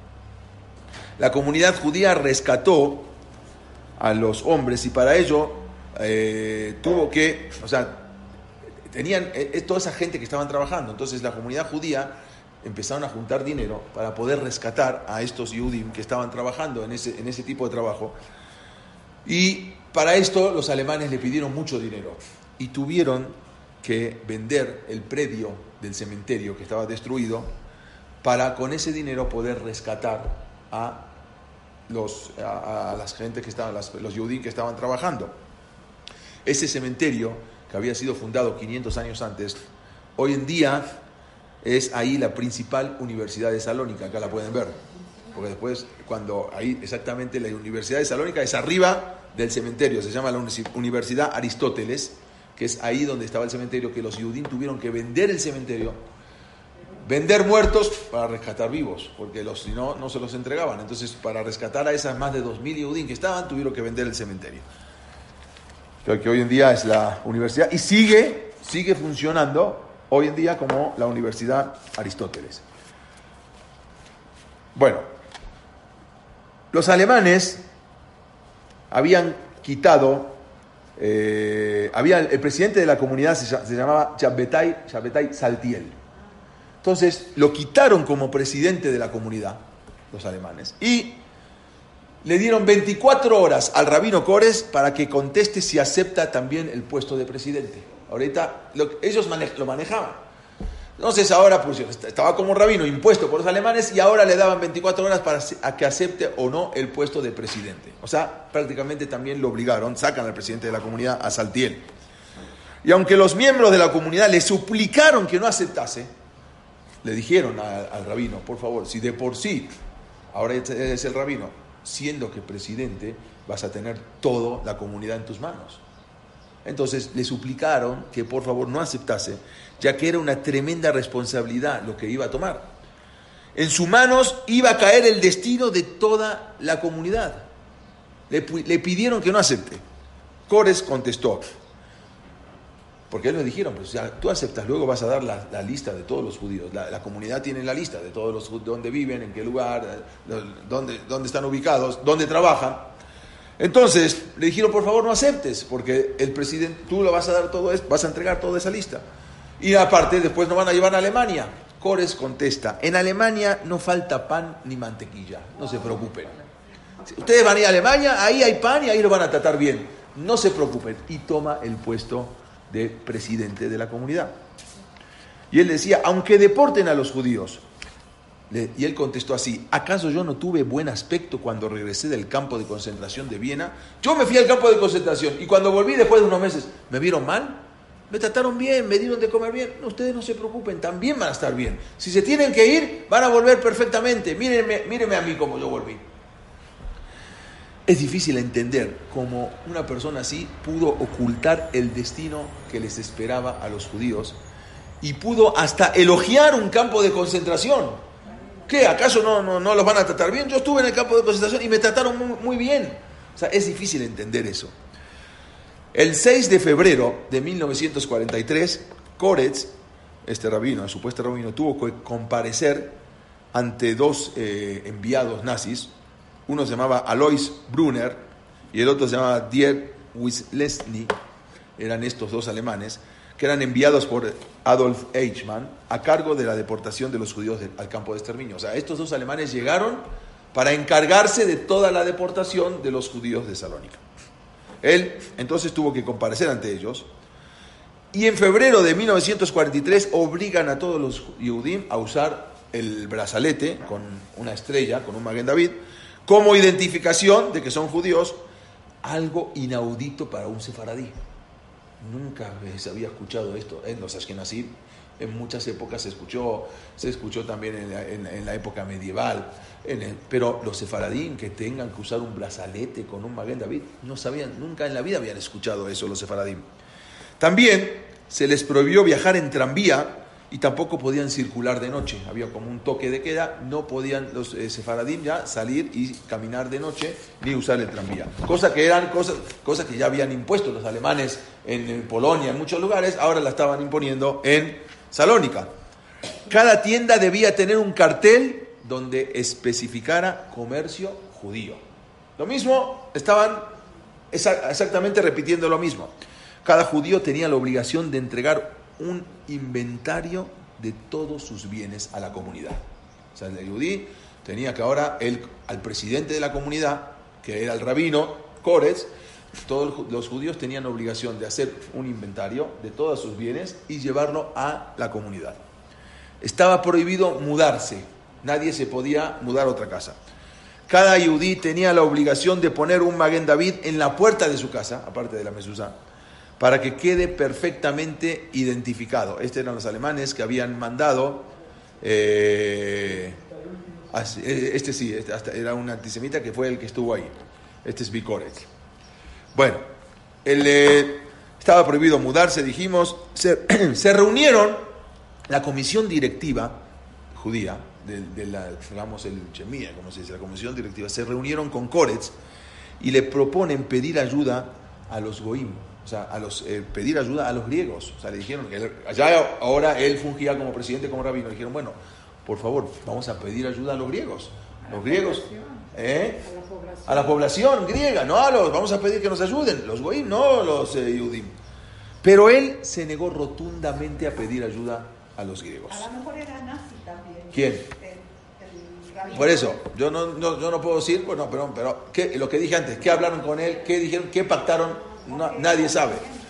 La comunidad judía rescató a los hombres y para ello eh, tuvo que, o sea, tenían eh, toda esa gente que estaban trabajando, entonces la comunidad judía empezaron a juntar dinero para poder rescatar a estos Yehudim que estaban trabajando en ese, en ese tipo de trabajo. Y para esto los alemanes le pidieron mucho dinero y tuvieron que vender el predio del cementerio que estaba destruido para con ese dinero poder rescatar a los a, a las gente que estaban, las, los Yehudim que estaban trabajando. Ese cementerio, que había sido fundado quinientos años antes, hoy en día es ahí la principal universidad de Salónica, acá la pueden ver, porque después, cuando ahí exactamente la Universidad de Salónica es arriba del cementerio, se llama la Universidad Aristóteles, que es ahí donde estaba el cementerio, que los Yehudim tuvieron que vender el cementerio, vender muertos para rescatar vivos, porque los, si no, no se los entregaban. Entonces, para rescatar a esas más de dos mil Yehudim que estaban, tuvieron que vender el cementerio. Creo que hoy en día es la universidad, y sigue, sigue funcionando hoy en día como la Universidad Aristóteles. Bueno, los alemanes habían quitado, eh, había, el presidente de la comunidad se, se llamaba Shabbatai, Shabbatai Saltiel. Entonces lo quitaron como presidente de la comunidad, los alemanes, y le dieron veinticuatro horas al rabino Kores para que conteste si acepta también el puesto de presidente. Ahorita lo, ellos mane, lo manejaban. Entonces ahora pues, estaba como rabino impuesto por los alemanes y ahora le daban veinticuatro horas para a que acepte o no el puesto de presidente. O sea, prácticamente también lo obligaron, sacan al presidente de la comunidad, a Saltiel. Y aunque los miembros de la comunidad le suplicaron que no aceptase, le dijeron a, al rabino, por favor, si de por sí, ahora eres el rabino, siendo que presidente, vas a tener toda la comunidad en tus manos. Entonces le suplicaron que por favor no aceptase, ya que era una tremenda responsabilidad lo que iba a tomar. En sus manos iba a caer el destino de toda la comunidad. Le, le pidieron que no acepte. Cores contestó, porque ellos le dijeron, pues ya tú aceptas, luego vas a dar la, la lista de todos los judíos. La, la comunidad tiene la lista de todos los judíos, dónde viven, en qué lugar, dónde, dónde están ubicados, dónde trabajan. Entonces le dijeron, por favor no aceptes, porque el presidente, tú lo vas a dar todo esto, vas a entregar toda esa lista. Y aparte, después nos van a llevar a Alemania. Cores contesta, en Alemania no falta pan ni mantequilla, no se preocupen. Si ustedes van a ir a Alemania, ahí hay pan y ahí lo van a tratar bien. No se preocupen. Y toma el puesto de presidente de la comunidad. Y él decía, aunque deporten a los judíos. Le, y él contestó así, ¿acaso yo no tuve buen aspecto cuando regresé del campo de concentración de Viena? Yo me fui al campo de concentración y cuando volví después de unos meses, ¿me vieron mal? Me trataron bien, me dieron de comer bien. No, ustedes no se preocupen, también van a estar bien. Si se tienen que ir, van a volver perfectamente. Mírenme, mírenme a mí como yo volví. Es difícil entender cómo una persona así pudo ocultar el destino que les esperaba a los judíos y pudo hasta elogiar un campo de concentración. ¿Qué? ¿Acaso no, no, no los van a tratar bien? Yo estuve en el campo de concentración y me trataron muy, muy bien. O sea, es difícil entender eso. El seis de febrero de mil novecientos cuarenta y tres, Koretz, este rabino, el supuesto rabino, tuvo que comparecer ante dos eh, enviados nazis. Uno se llamaba Alois Brunner y el otro se llamaba Dieter Wisleski. Eran estos dos alemanes que eran enviados por Adolf Eichmann a cargo de la deportación de los judíos de, al campo de exterminio. O sea, estos dos alemanes llegaron para encargarse de toda la deportación de los judíos de Salónica. Él entonces tuvo que comparecer ante ellos y en febrero de mil novecientos cuarenta y tres obligan a todos los Yehudim a usar el brazalete con una estrella, con un Maguen David, como identificación de que son judíos, algo inaudito para un sefaradí. Nunca se había escuchado esto en los Ashkenazim. En muchas épocas se escuchó, se escuchó también en la, en, en la época medieval, en el, pero los sefaradín que tengan que usar un brazalete con un Maguen David, no sabían, nunca en la vida habían escuchado eso los sefaradín. También se les prohibió viajar en tranvía y tampoco podían circular de noche. Había como un toque de queda, no podían los eh, sefaradín ya salir y caminar de noche ni usar el tranvía. Cosa que eran cosas, cosas que ya habían impuesto los alemanes en, en Polonia, en muchos lugares, ahora la estaban imponiendo en Salónica. Cada tienda debía tener un cartel donde especificara comercio judío. Lo mismo, estaban exactamente repitiendo lo mismo. Cada judío tenía la obligación de entregar un inventario de todos sus bienes a la comunidad. O sea, el judí tenía que ahora, el, al presidente de la comunidad, que era el rabino Koretz, todos los judíos tenían obligación de hacer un inventario de todos sus bienes y llevarlo a la comunidad. Estaba prohibido mudarse, nadie se podía mudar a otra casa. Cada yudí tenía la obligación de poner un Maguen David en la puerta de su casa, aparte de la mezuzá, para que quede perfectamente identificado. Estos eran los alemanes que habían mandado, eh, este sí, este era un antisemita que fue el que estuvo ahí. Este es Koretz. Bueno, el, eh, estaba prohibido mudarse, dijimos, se, se reunieron la comisión directiva judía, de, de la, digamos, el Chemía, como se dice, la comisión directiva, se reunieron con Koretz y le proponen pedir ayuda a los goim, o sea, a los, eh, pedir ayuda a los griegos. O sea, le dijeron que él, allá ahora él fungía como presidente, como rabino, le dijeron, bueno, por favor, vamos a pedir ayuda a los griegos. Los griegos, ¿eh? A la población. A la población griega, no a los, vamos a pedir que nos ayuden, los goim, no los eh, yudim. Pero él se negó rotundamente a pedir ayuda a los griegos. A lo mejor era nazi también. ¿Quién? El, el rabino. Por eso, yo no, no, yo no puedo decir, bueno, pero, pero ¿qué, lo que dije antes, ¿qué hablaron con él? ¿Qué dijeron? ¿Qué pactaron? No, nadie sabe.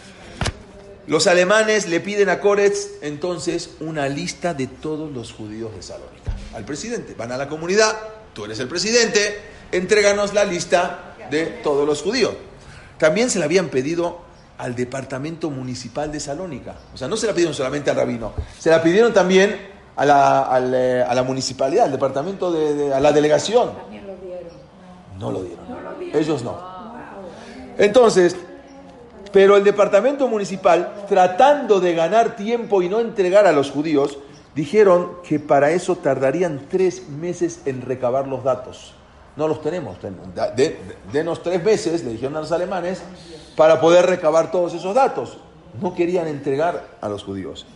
Los alemanes le piden a Koretz entonces una lista de todos los judíos de Salónica. Al presidente, van a la comunidad, tú eres el presidente, entréganos la lista de todos los judíos. También se le habían pedido al departamento municipal de Salónica. O sea, no se la pidieron solamente al rabino, se la pidieron también a la, a la, a la municipalidad, al departamento, de, de, a la delegación. También lo dieron. No lo dieron. No lo dieron. Ellos no. Entonces, pero el departamento municipal, tratando de ganar tiempo y no entregar a los judíos, dijeron que para eso tardarían tres meses en recabar los datos. No los tenemos. De, de, denos tres meses, le dijeron a los alemanes, para poder recabar todos esos datos. No querían entregar a los judíos.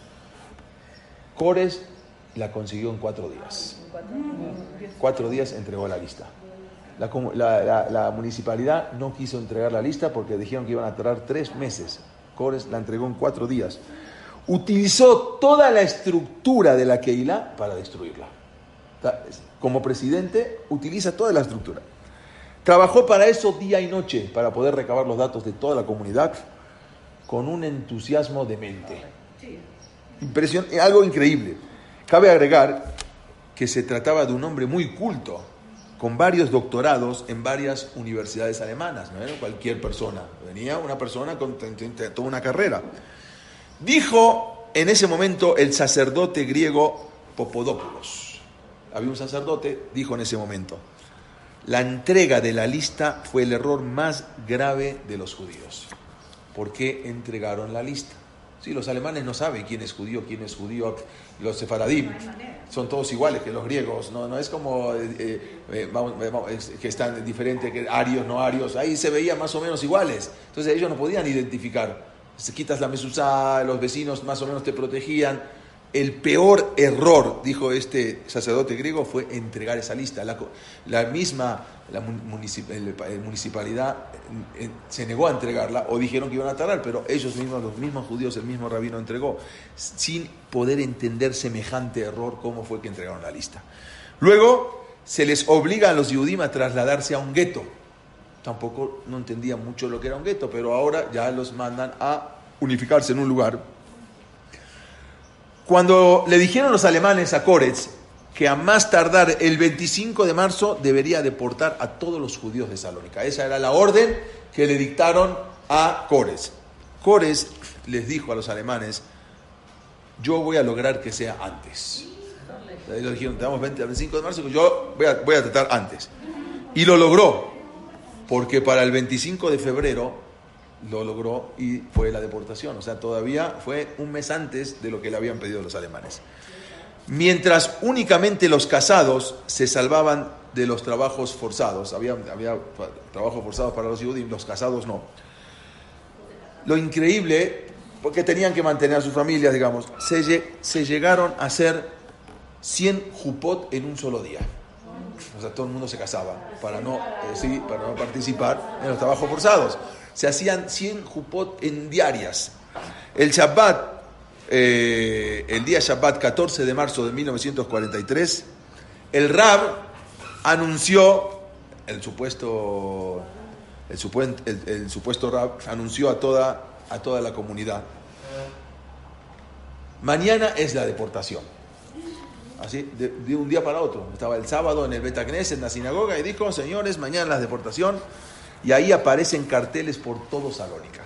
Kores la consiguió en cuatro días. Cuatro días entregó la lista. La, la, la, la municipalidad no quiso entregar la lista porque dijeron que iban a tardar tres meses. Kores la entregó en cuatro días. Utilizó toda la estructura de la Keilah para destruirla. Como presidente, utiliza toda la estructura. Trabajó para eso día y noche, para poder recabar los datos de toda la comunidad con un entusiasmo demente. Impresión, algo increíble. Cabe agregar que se trataba de un hombre muy culto, con varios doctorados en varias universidades alemanas. No era cualquier persona, venía una persona con toda una carrera. Dijo en ese momento el sacerdote griego Popodópulos. Había un sacerdote, dijo en ese momento: la entrega de la lista fue el error más grave de los judíos. ¿Por qué entregaron la lista? Sí, los alemanes no saben quién es judío, quién es judío. Los sefaradim son todos iguales que los griegos. No, no es como eh, eh, vamos, vamos, es, que están diferentes, que arios, no arios. Ahí se veían más o menos iguales. Entonces ellos no podían identificar. Si quitas la mesuzá, los vecinos más o menos te protegían. El peor error, dijo este sacerdote griego, fue entregar esa lista. La, la misma la municip, el, el municipalidad eh, se negó a entregarla, o dijeron que iban a tardar, pero ellos mismos, los mismos judíos, el mismo rabino entregó, sin poder entender semejante error, cómo fue que entregaron la lista. Luego se les obliga a los Yehudim a trasladarse a un gueto. Tampoco no entendían mucho lo que era un gueto, pero ahora ya los mandan a unificarse en un lugar. Cuando le dijeron los alemanes a Kores que a más tardar el veinticinco de marzo debería deportar a todos los judíos de Salónica. Esa era la orden que le dictaron a Kores. Kores les dijo a los alemanes: yo voy a lograr que sea antes. Ellos dijeron: tenemos veinticinco de marzo, yo voy a, voy a tratar antes. Y lo logró, porque para el veinticinco de febrero lo logró y fue la deportación. O sea, todavía fue un mes antes de lo que le habían pedido los alemanes. Mientras únicamente los casados se salvaban de los trabajos forzados. Había, había trabajos forzados para los judíos, los casados no. Lo increíble, porque tenían que mantener a sus familias, digamos, se, se llegaron a hacer cien jupot en un solo día. O sea, todo el mundo se casaba para no, eh, sí, para no participar en los trabajos forzados. Se hacían cien jupot en diarias. El Shabbat, eh, el día Shabbat catorce de marzo de mil novecientos cuarenta y tres, el Rab anunció, el supuesto, el supuesto, el, el supuesto Rab anunció a toda, a toda la comunidad: mañana es la deportación. Así, de, de un día para otro. Estaba el sábado en el Bet Knesset, en la sinagoga, y dijo: señores, mañana es la deportación. Y ahí aparecen carteles por todo Salónica.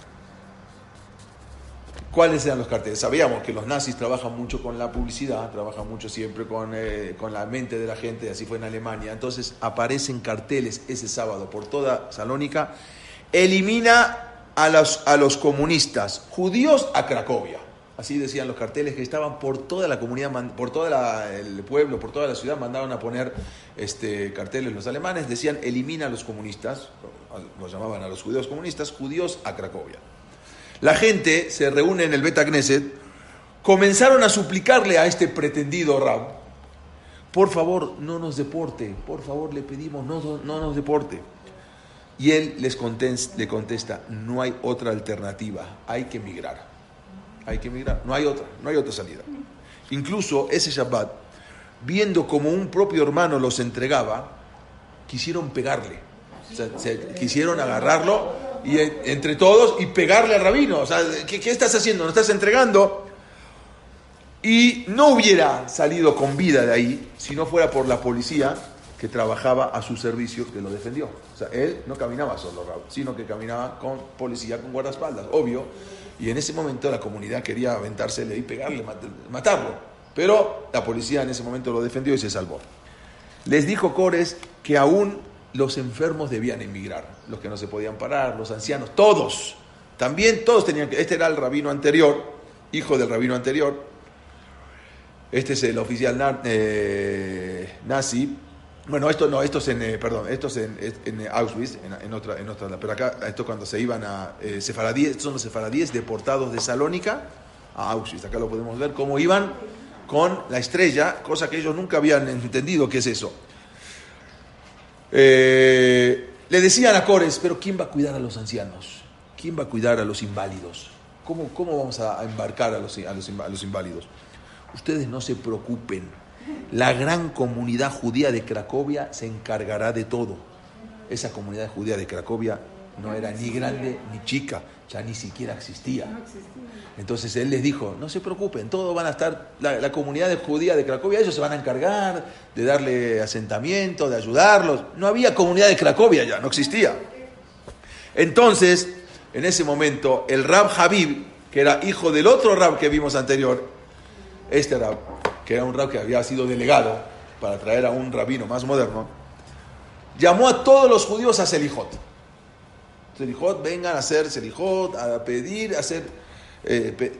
¿Cuáles eran los carteles? Sabíamos que los nazis trabajan mucho con la publicidad, trabajan mucho siempre con, eh, con la mente de la gente, así fue en Alemania. Entonces aparecen carteles ese sábado por toda Salónica: elimina a los, a los comunistas, judíos a Cracovia. Así decían los carteles que estaban por toda la comunidad, por todo el pueblo, por toda la ciudad. Mandaron a poner este, carteles los alemanes, decían: elimina a los comunistas, los llamaban a los judíos comunistas, judíos a Cracovia. La gente se reúne en el Bet Knesset, comenzaron a suplicarle a este pretendido Rab: por favor, no nos deporte, por favor, le pedimos, no, no nos deporte. Y él les contesta, le contesta: no hay otra alternativa, hay que emigrar. Hay que emigrar, no hay otra, no hay otra salida. Incluso ese Shabbat, viendo como un propio hermano los entregaba, quisieron pegarle. O sea, se, quisieron agarrarlo y entre todos y pegarle al rabino. O sea, ¿qué, qué estás haciendo? ¿No estás entregando? Y no hubiera salido con vida de ahí si no fuera por la policía que trabajaba a su servicio que lo defendió. O sea, él no caminaba solo, Rab, sino que caminaba con policía, con guardaespaldas, obvio. Y en ese momento la comunidad quería aventársele y pegarle, matarlo. Pero la policía en ese momento lo defendió y se salvó. Les dijo Cores que aún los enfermos debían emigrar, los que no se podían parar, los ancianos, todos. También todos tenían que... Este era el rabino anterior, hijo del rabino anterior. Este es el oficial eh, nazi. Bueno, esto no, esto es en, eh, perdón, esto es en, en Auschwitz, en, en otra, en otra, pero acá, esto cuando se iban a eh, sefaradíes, estos son los sefaradíes deportados de Salónica a Auschwitz. Acá lo podemos ver cómo iban con la estrella, cosa que ellos nunca habían entendido qué es eso. Eh, le decían a Cores, pero ¿quién va a cuidar a los ancianos? ¿Quién va a cuidar a los inválidos? ¿Cómo, cómo vamos a embarcar a los, a los, a los inválidos? Ustedes no se preocupen. La gran comunidad judía de Cracovia se encargará de todo. Esa comunidad judía de Cracovia no era ni grande ni chica, ya ni siquiera existía. Entonces él les dijo, no se preocupen, todos van a estar, la, la comunidad judía de Cracovia, ellos se van a encargar de darle asentamiento, de ayudarlos. No había comunidad de Cracovia ya, no existía. Entonces, en ese momento, el Rab Habib, que era hijo del otro Rab que vimos anterior, este Rab, que era un rab que había sido delegado para traer a un rabino más moderno, llamó a todos los judíos a Selijot. Selijot, vengan a hacer Selijot, a pedir, a hacer, eh, pe,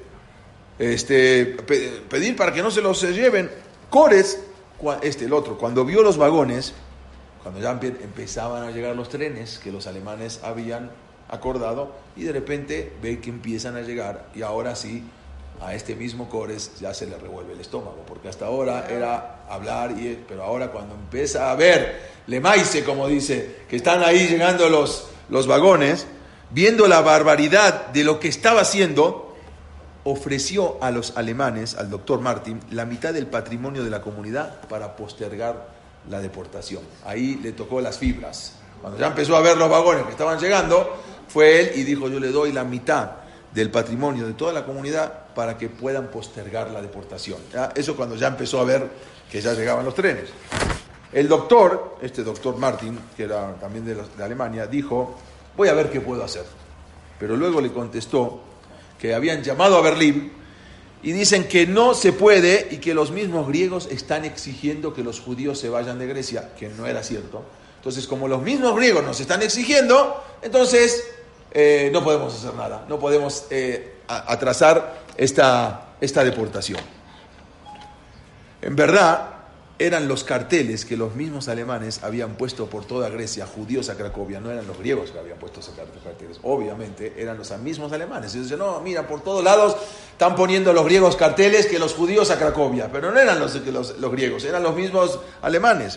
este, pe, pedir para que no se los lleven. Cores, este, el otro, cuando vio los vagones, cuando ya empezaban a llegar los trenes que los alemanes habían acordado, y de repente ve que empiezan a llegar, y ahora sí, a este mismo Cores ya se le revuelve el estómago, porque hasta ahora era hablar, y, pero ahora cuando empieza a ver le maice, como dice, que están ahí llegando los, los vagones, viendo la barbaridad de lo que estaba haciendo, ofreció a los alemanes, al doctor Martin, la mitad del patrimonio de la comunidad para postergar la deportación. Ahí le tocó las fibras. Cuando ya empezó a ver los vagones que estaban llegando, fue él y dijo, yo le doy la mitad del patrimonio de toda la comunidad para que puedan postergar la deportación. ¿Ya? Eso cuando ya empezó a ver que ya llegaban los trenes. El doctor, este doctor Martin, que era también de, los, de Alemania, dijo, voy a ver qué puedo hacer. Pero luego le contestó que habían llamado a Berlín y dicen que no se puede y que los mismos griegos están exigiendo que los judíos se vayan de Grecia, que no era cierto. Entonces, como los mismos griegos nos están exigiendo, entonces eh, no podemos hacer nada, no podemos eh, atrasar esta, esta deportación. En verdad, eran los carteles que los mismos alemanes habían puesto por toda Grecia, judíos a Cracovia, no eran los griegos que habían puesto esos carteles, obviamente eran los mismos alemanes. Ellos dicen, no, mira, por todos lados están poniendo los griegos carteles que los judíos a Cracovia, pero no eran los, los, los griegos, eran los mismos alemanes.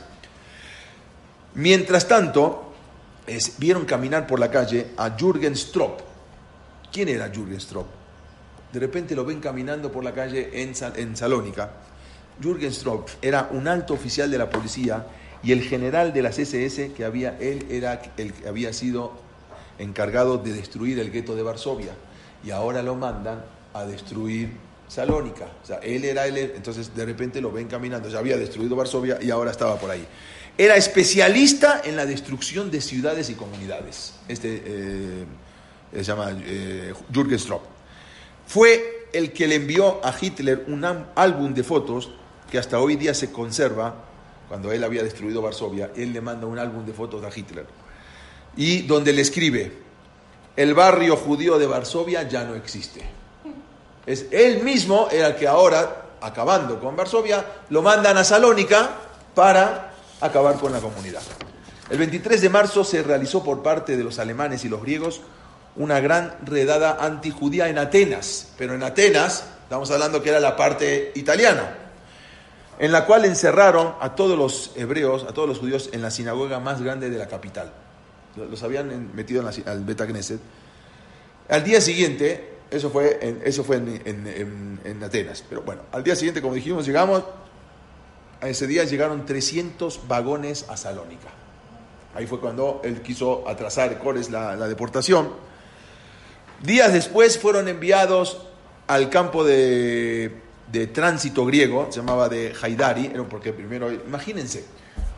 Mientras tanto, es, vieron caminar por la calle a Jürgen Stroop. ¿Quién era Jürgen Stroop? De repente lo ven caminando por la calle en, en Salónica. Jürgen Stroop era un alto oficial de la policía y el general de las ese ese que había, él era el que había sido encargado de destruir el gueto de Varsovia y ahora lo mandan a destruir Salónica. O sea, él era él, entonces de repente lo ven caminando, ya había destruido Varsovia y ahora estaba por ahí. Era especialista en la destrucción de ciudades y comunidades. Este eh, se llama eh, Jürgen Stroop. Fue el que le envió a Hitler un álbum de fotos que hasta hoy día se conserva. Cuando él había destruido Varsovia, él le manda un álbum de fotos a Hitler y donde le escribe, el barrio judío de Varsovia ya no existe. Es él mismo era el que ahora, acabando con Varsovia, lo mandan a Salónica para acabar con la comunidad. El veintitrés de marzo se realizó por parte de los alemanes y los griegos una gran redada antijudía en Atenas, pero en Atenas, estamos hablando que era la parte italiana, en la cual encerraron a todos los hebreos, a todos los judíos en la sinagoga más grande de la capital. Los habían metido en la, al Bet Knesset. Al día siguiente, eso fue, en, eso fue en, en, en, en Atenas, pero bueno, al día siguiente, como dijimos, llegamos, a ese día llegaron trescientos vagones a Salónica. Ahí fue cuando él quiso atrasar Cores la, la deportación. Días después fueron enviados al campo de, de tránsito griego, se llamaba de Haidari, porque primero, imagínense,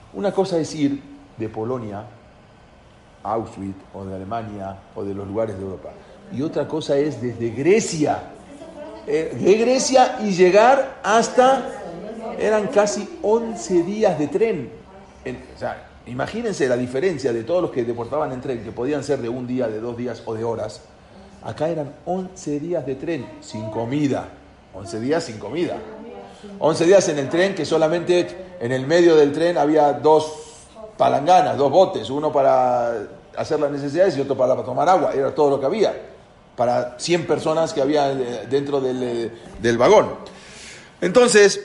Una cosa es ir de Polonia a Auschwitz, o de Alemania, o de los lugares de Europa. Y otra cosa es desde Grecia, eh, de Grecia y llegar hasta, eran casi once días de tren. En, o sea, imagínense la diferencia de todos los que deportaban en tren, que podían ser de un día, de dos días o de horas. Acá eran once días de tren, sin comida. once días sin comida. once días en el tren, que solamente en el medio del tren había dos palanganas, dos botes, uno para hacer las necesidades y otro para tomar agua. Era todo lo que había, para cien personas que había dentro del, del vagón. Entonces,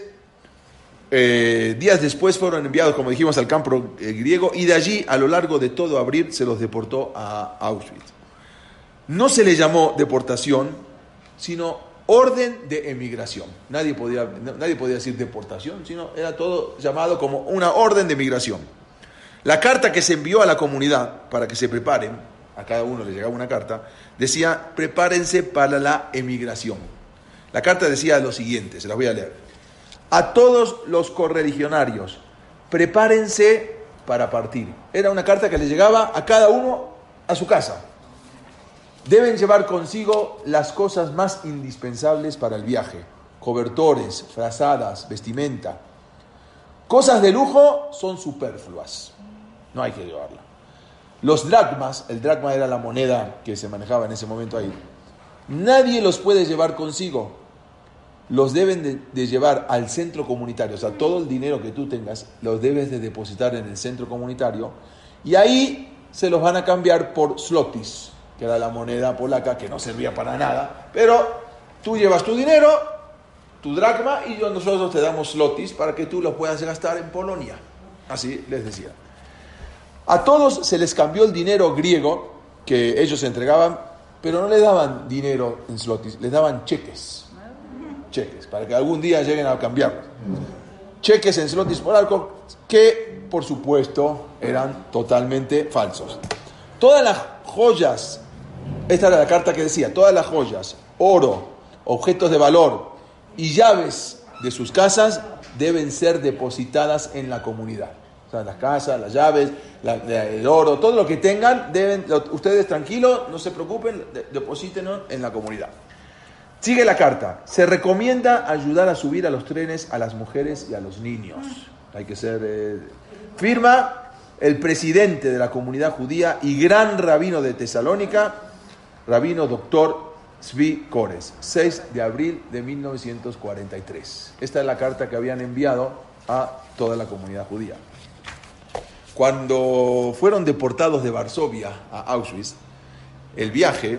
eh, días después fueron enviados, como dijimos, al campo eh, griego, y de allí, a lo largo de todo abril, se los deportó a Auschwitz. No se le llamó deportación, sino orden de emigración. Nadie podía, nadie podía decir deportación, sino era todo llamado como una orden de emigración. La carta que se envió a la comunidad para que se preparen, a cada uno le llegaba una carta, decía: prepárense para la emigración. La carta decía lo siguiente, se las voy a leer. A todos los correligionarios, prepárense para partir. Era una carta que le llegaba a cada uno a su casa. Deben llevar consigo las cosas más indispensables para el viaje: cobertores, frazadas, vestimenta. Cosas de lujo son superfluas, no hay que llevarla. Los dracmas, el dracma era la moneda que se manejaba en ese momento ahí, nadie los puede llevar consigo. Los deben de, de llevar al centro comunitario, o sea, todo el dinero que tú tengas los debes de depositar en el centro comunitario, y ahí se los van a cambiar por zlotys, que era la moneda polaca que no servía para nada, pero tú llevas tu dinero, tu dracma, y nosotros te damos zlotys para que tú los puedas gastar en Polonia. Así les decía. A todos se les cambió el dinero griego que ellos entregaban, pero no les daban dinero en zlotys, les daban cheques. Cheques, para que algún día lleguen a cambiarlos. Cheques en zlotys polacos que, por supuesto, eran totalmente falsos. Todas las joyas, esta era la carta que decía, todas las joyas, oro, objetos de valor y llaves de sus casas deben ser depositadas en la comunidad. O sea, las casas, las llaves, la, la, el oro, todo lo que tengan, deben, ustedes tranquilos, no se preocupen, de, deposítenlo en la comunidad. Sigue la carta. Se recomienda ayudar a subir a los trenes a las mujeres y a los niños. Hay que ser... Eh, firma el presidente de la comunidad judía y gran rabino de Tesalónica, rabino doctor Zvi Kores, seis de abril de mil novecientos cuarenta y tres. Esta es la carta que habían enviado a toda la comunidad judía. Cuando fueron deportados de Varsovia a Auschwitz, el viaje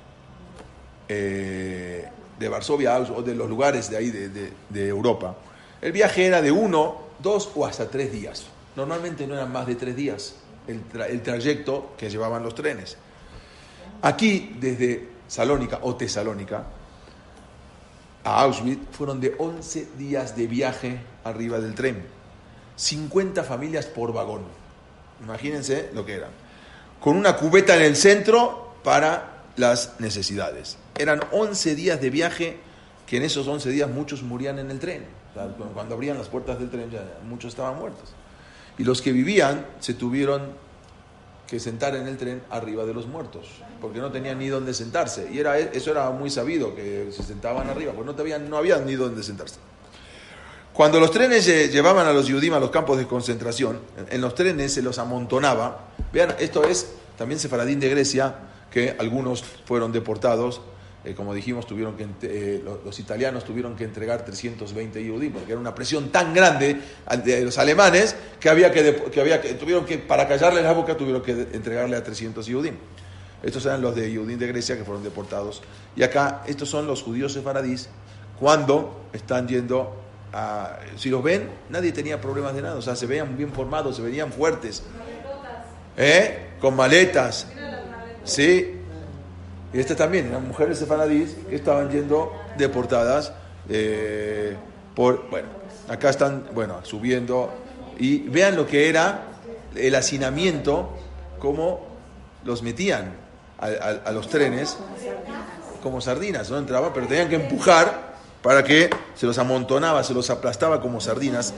eh, de Varsovia a Auschwitz, o de los lugares de ahí de, de, de Europa, el viaje era de uno, dos o hasta tres días. Normalmente no eran más de tres días el, tra- el trayecto que llevaban los trenes. Aquí, desde Salónica o Tesalónica a Auschwitz, fueron de once días de viaje arriba del tren. cincuenta familias por vagón. Imagínense lo que eran. Con una cubeta en el centro para las necesidades. Eran once días de viaje, que en esos once días muchos morían en el tren. O sea, cuando abrían las puertas del tren ya muchos estaban muertos. Y los que vivían se tuvieron que sentar en el tren arriba de los muertos, porque no tenían ni dónde sentarse. Y era, eso era muy sabido, que se sentaban arriba, porque no, tenían, no había ni dónde sentarse. Cuando los trenes llevaban a los Yudim a los campos de concentración, en los trenes se los amontonaba. Vean, esto es también sefaradín de Grecia, que algunos fueron deportados. Eh, como dijimos, tuvieron que eh, los, los italianos tuvieron que entregar trescientos veinte Yudim, porque era una presión tan grande de los alemanes que había que, que había que tuvieron que, para callarle la boca, tuvieron que entregarle a trescientos Yudim. Estos eran los de Yudim de Grecia que fueron deportados. Y acá, estos son los judíos sefaradís cuando están yendo a... Si los ven, nadie tenía problemas de nada. O sea, se veían bien formados, se veían fuertes. ¿Eh? Con maletas. Sí. Y estas también eran mujeres sefaradís que estaban yendo deportadas eh, por... Bueno, acá están, bueno, subiendo. Y vean lo que era el hacinamiento, cómo los metían a, a, a los trenes como sardinas. No entraban, pero tenían que empujar para que se los amontonaba, se los aplastaba como sardinas.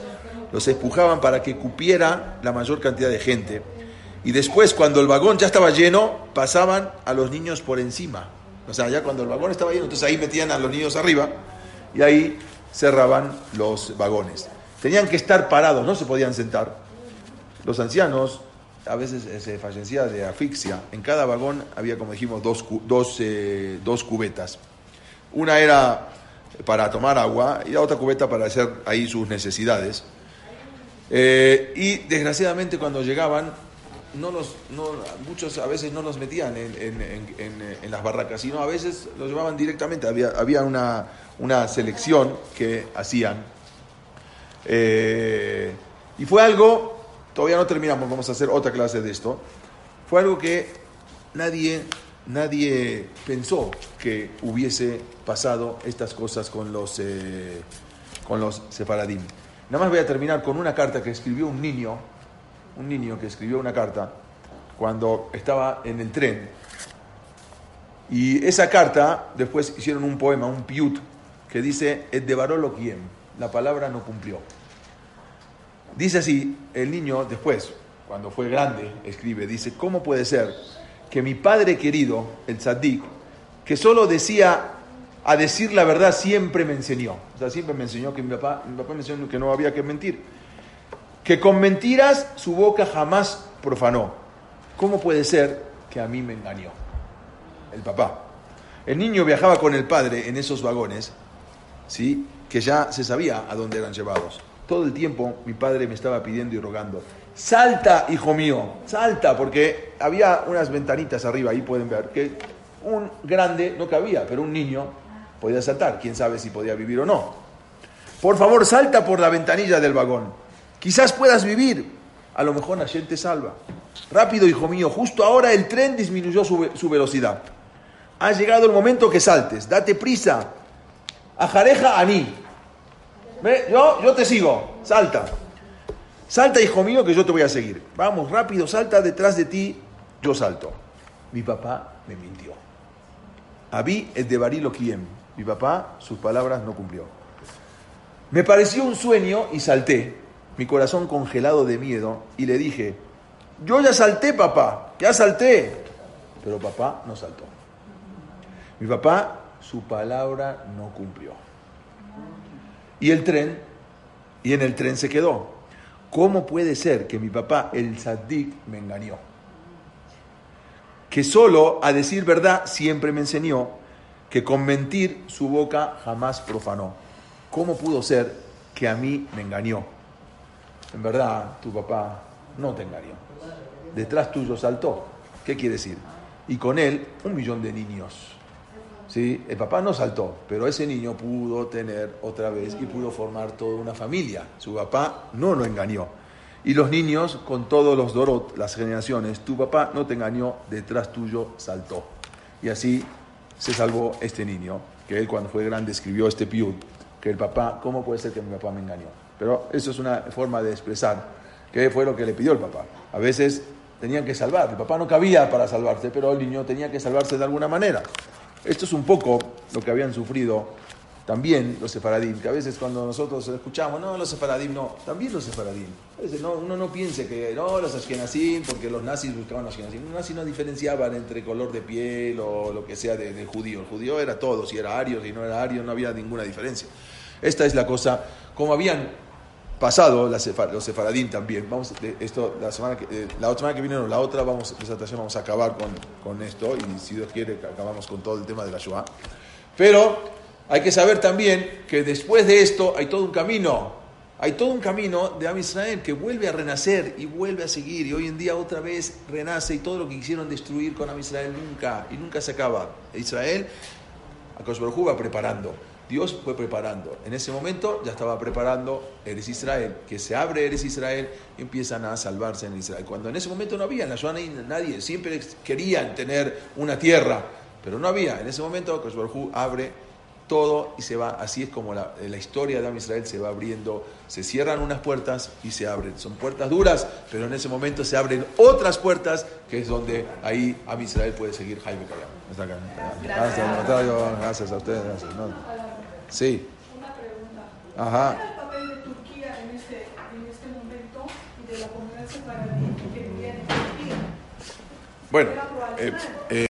los empujaban para que cupiera la mayor cantidad de gente. Y después, cuando el vagón ya estaba lleno, pasaban a los niños por encima. O sea, ya cuando el vagón estaba lleno, entonces ahí metían a los niños arriba y ahí cerraban los vagones. Tenían que estar parados, no se podían sentar. Los ancianos a veces se fallecía de asfixia. En cada vagón había, como dijimos, dos, dos, eh, dos cubetas. Una era para tomar agua y la otra cubeta para hacer ahí sus necesidades. Eh, y desgraciadamente cuando llegaban, no los, no, muchos a veces no los metían en, en, en, en, en las barracas, sino a veces los llevaban directamente. Había, había una, una selección que hacían. Eh, y fue algo, todavía no terminamos, vamos a hacer otra clase de esto. Fue algo que nadie, nadie pensó que hubiese pasado estas cosas con los, eh, con los sefaradim. Nada más voy a terminar con una carta que escribió un niño, un niño que escribió una carta cuando estaba en el tren. Y esa carta, después hicieron un poema, un piut, que dice, Et devaró lo quiem, la palabra no cumplió. Dice así, el niño después, cuando fue grande, escribe, dice, ¿cómo puede ser que mi padre querido, el tzaddik, que solo decía, a decir la verdad, siempre me enseñó? O sea, siempre me enseñó que mi papá, mi papá me enseñó que no había que mentir. Que con mentiras su boca jamás profanó. ¿Cómo puede ser que a mí me engañó? El papá. El niño viajaba con el padre en esos vagones, ¿sí? Que ya se sabía a dónde eran llevados. Todo el tiempo mi padre me estaba pidiendo y rogando, salta, hijo mío, salta, porque había unas ventanitas arriba, ahí pueden ver, que un grande no cabía, pero un niño podía saltar, quién sabe si podía vivir o no. Por favor, salta por la ventanilla del vagón, quizás puedas vivir, a lo mejor Hashem te salva. Rápido, hijo mío, justo ahora el tren disminuyó su, su velocidad. Ha llegado el momento que saltes, date prisa. Ajareja Ani. ¿Ve? Yo, yo te sigo, salta. Salta, hijo mío, que yo te voy a seguir. Vamos, rápido, salta detrás de ti, yo salto. Mi papá me mintió. Abí el de Barilo Kiem. Mi papá, sus palabras no cumplió. Me pareció un sueño y salté, mi corazón congelado de miedo, y le dije, yo ya salté, papá, ya salté. Pero papá no saltó. Mi papá, su palabra no cumplió. Y el tren, y en el tren se quedó. ¿Cómo puede ser que mi papá, el tzaddik, me engañó? Que solo a decir verdad siempre me enseñó, que con mentir su boca jamás profanó. ¿Cómo pudo ser que a mí me engañó? En verdad, tu papá no te engañó. Detrás tuyo saltó. ¿Qué quiere decir? Y con él, un millón de niños. ¿Sí? El papá no saltó, pero ese niño pudo tener otra vez y pudo formar toda una familia. Su papá no lo engañó. Y los niños, con todos los dorot, las generaciones, tu papá no te engañó, detrás tuyo saltó. Y así se salvó este niño, que él cuando fue grande escribió este piut, que el papá, ¿cómo puede ser que mi papá me engañó? Pero eso es una forma de expresar qué fue lo que le pidió el papá. A veces tenían que salvar, el papá no cabía para salvarse, pero el niño tenía que salvarse de alguna manera. Esto es un poco lo que habían sufrido también los sefaradim, que a veces cuando nosotros escuchamos, no, los sefaradim no, también los sefaradim. A veces no, uno no piense que no, los ashkenazim, porque los nazis buscaban ashkenazim. Los nazis no diferenciaban entre color de piel o lo que sea del de judío. El judío era todo, si era ario, si no era ario, no había ninguna diferencia. Esta es la cosa, como habían pasado las sefar, los sefaradim también. Vamos, esto la semana que, eh, la otra semana que viene, no, la otra vamos, presentación vamos a acabar con, con esto, y si Dios quiere acabamos con todo el tema de la Shoah. Pero hay que saber también que después de esto hay todo un camino, hay todo un camino de Am Israel que vuelve a renacer y vuelve a seguir, y hoy en día otra vez renace, y todo lo que quisieron destruir con Am Israel nunca, y nunca se acaba. Israel, Akadosh Baruj Hu va preparando. Dios fue preparando. En ese momento ya estaba preparando Eretz Israel, que se abre Eretz Israel y empiezan a salvarse en Israel. Cuando en ese momento no había, en la Shoah nadie, siempre querían tener una tierra, pero no había. En ese momento Akadosh Baruj Hu abre todo y se va. Así es como la, la historia de Am Israel se va abriendo. Se cierran unas puertas y se abren. Son puertas duras, pero en ese momento se abren otras puertas, que es donde ahí Am Israel puede seguir. Jaime Callam. Gracias, gracias, gracias a ustedes. Gracias. No. Sí. Una pregunta. Ajá. ¿Cuál era el papel de Turquía en ese, en Bueno, Era Abu eh, Ashman. eh,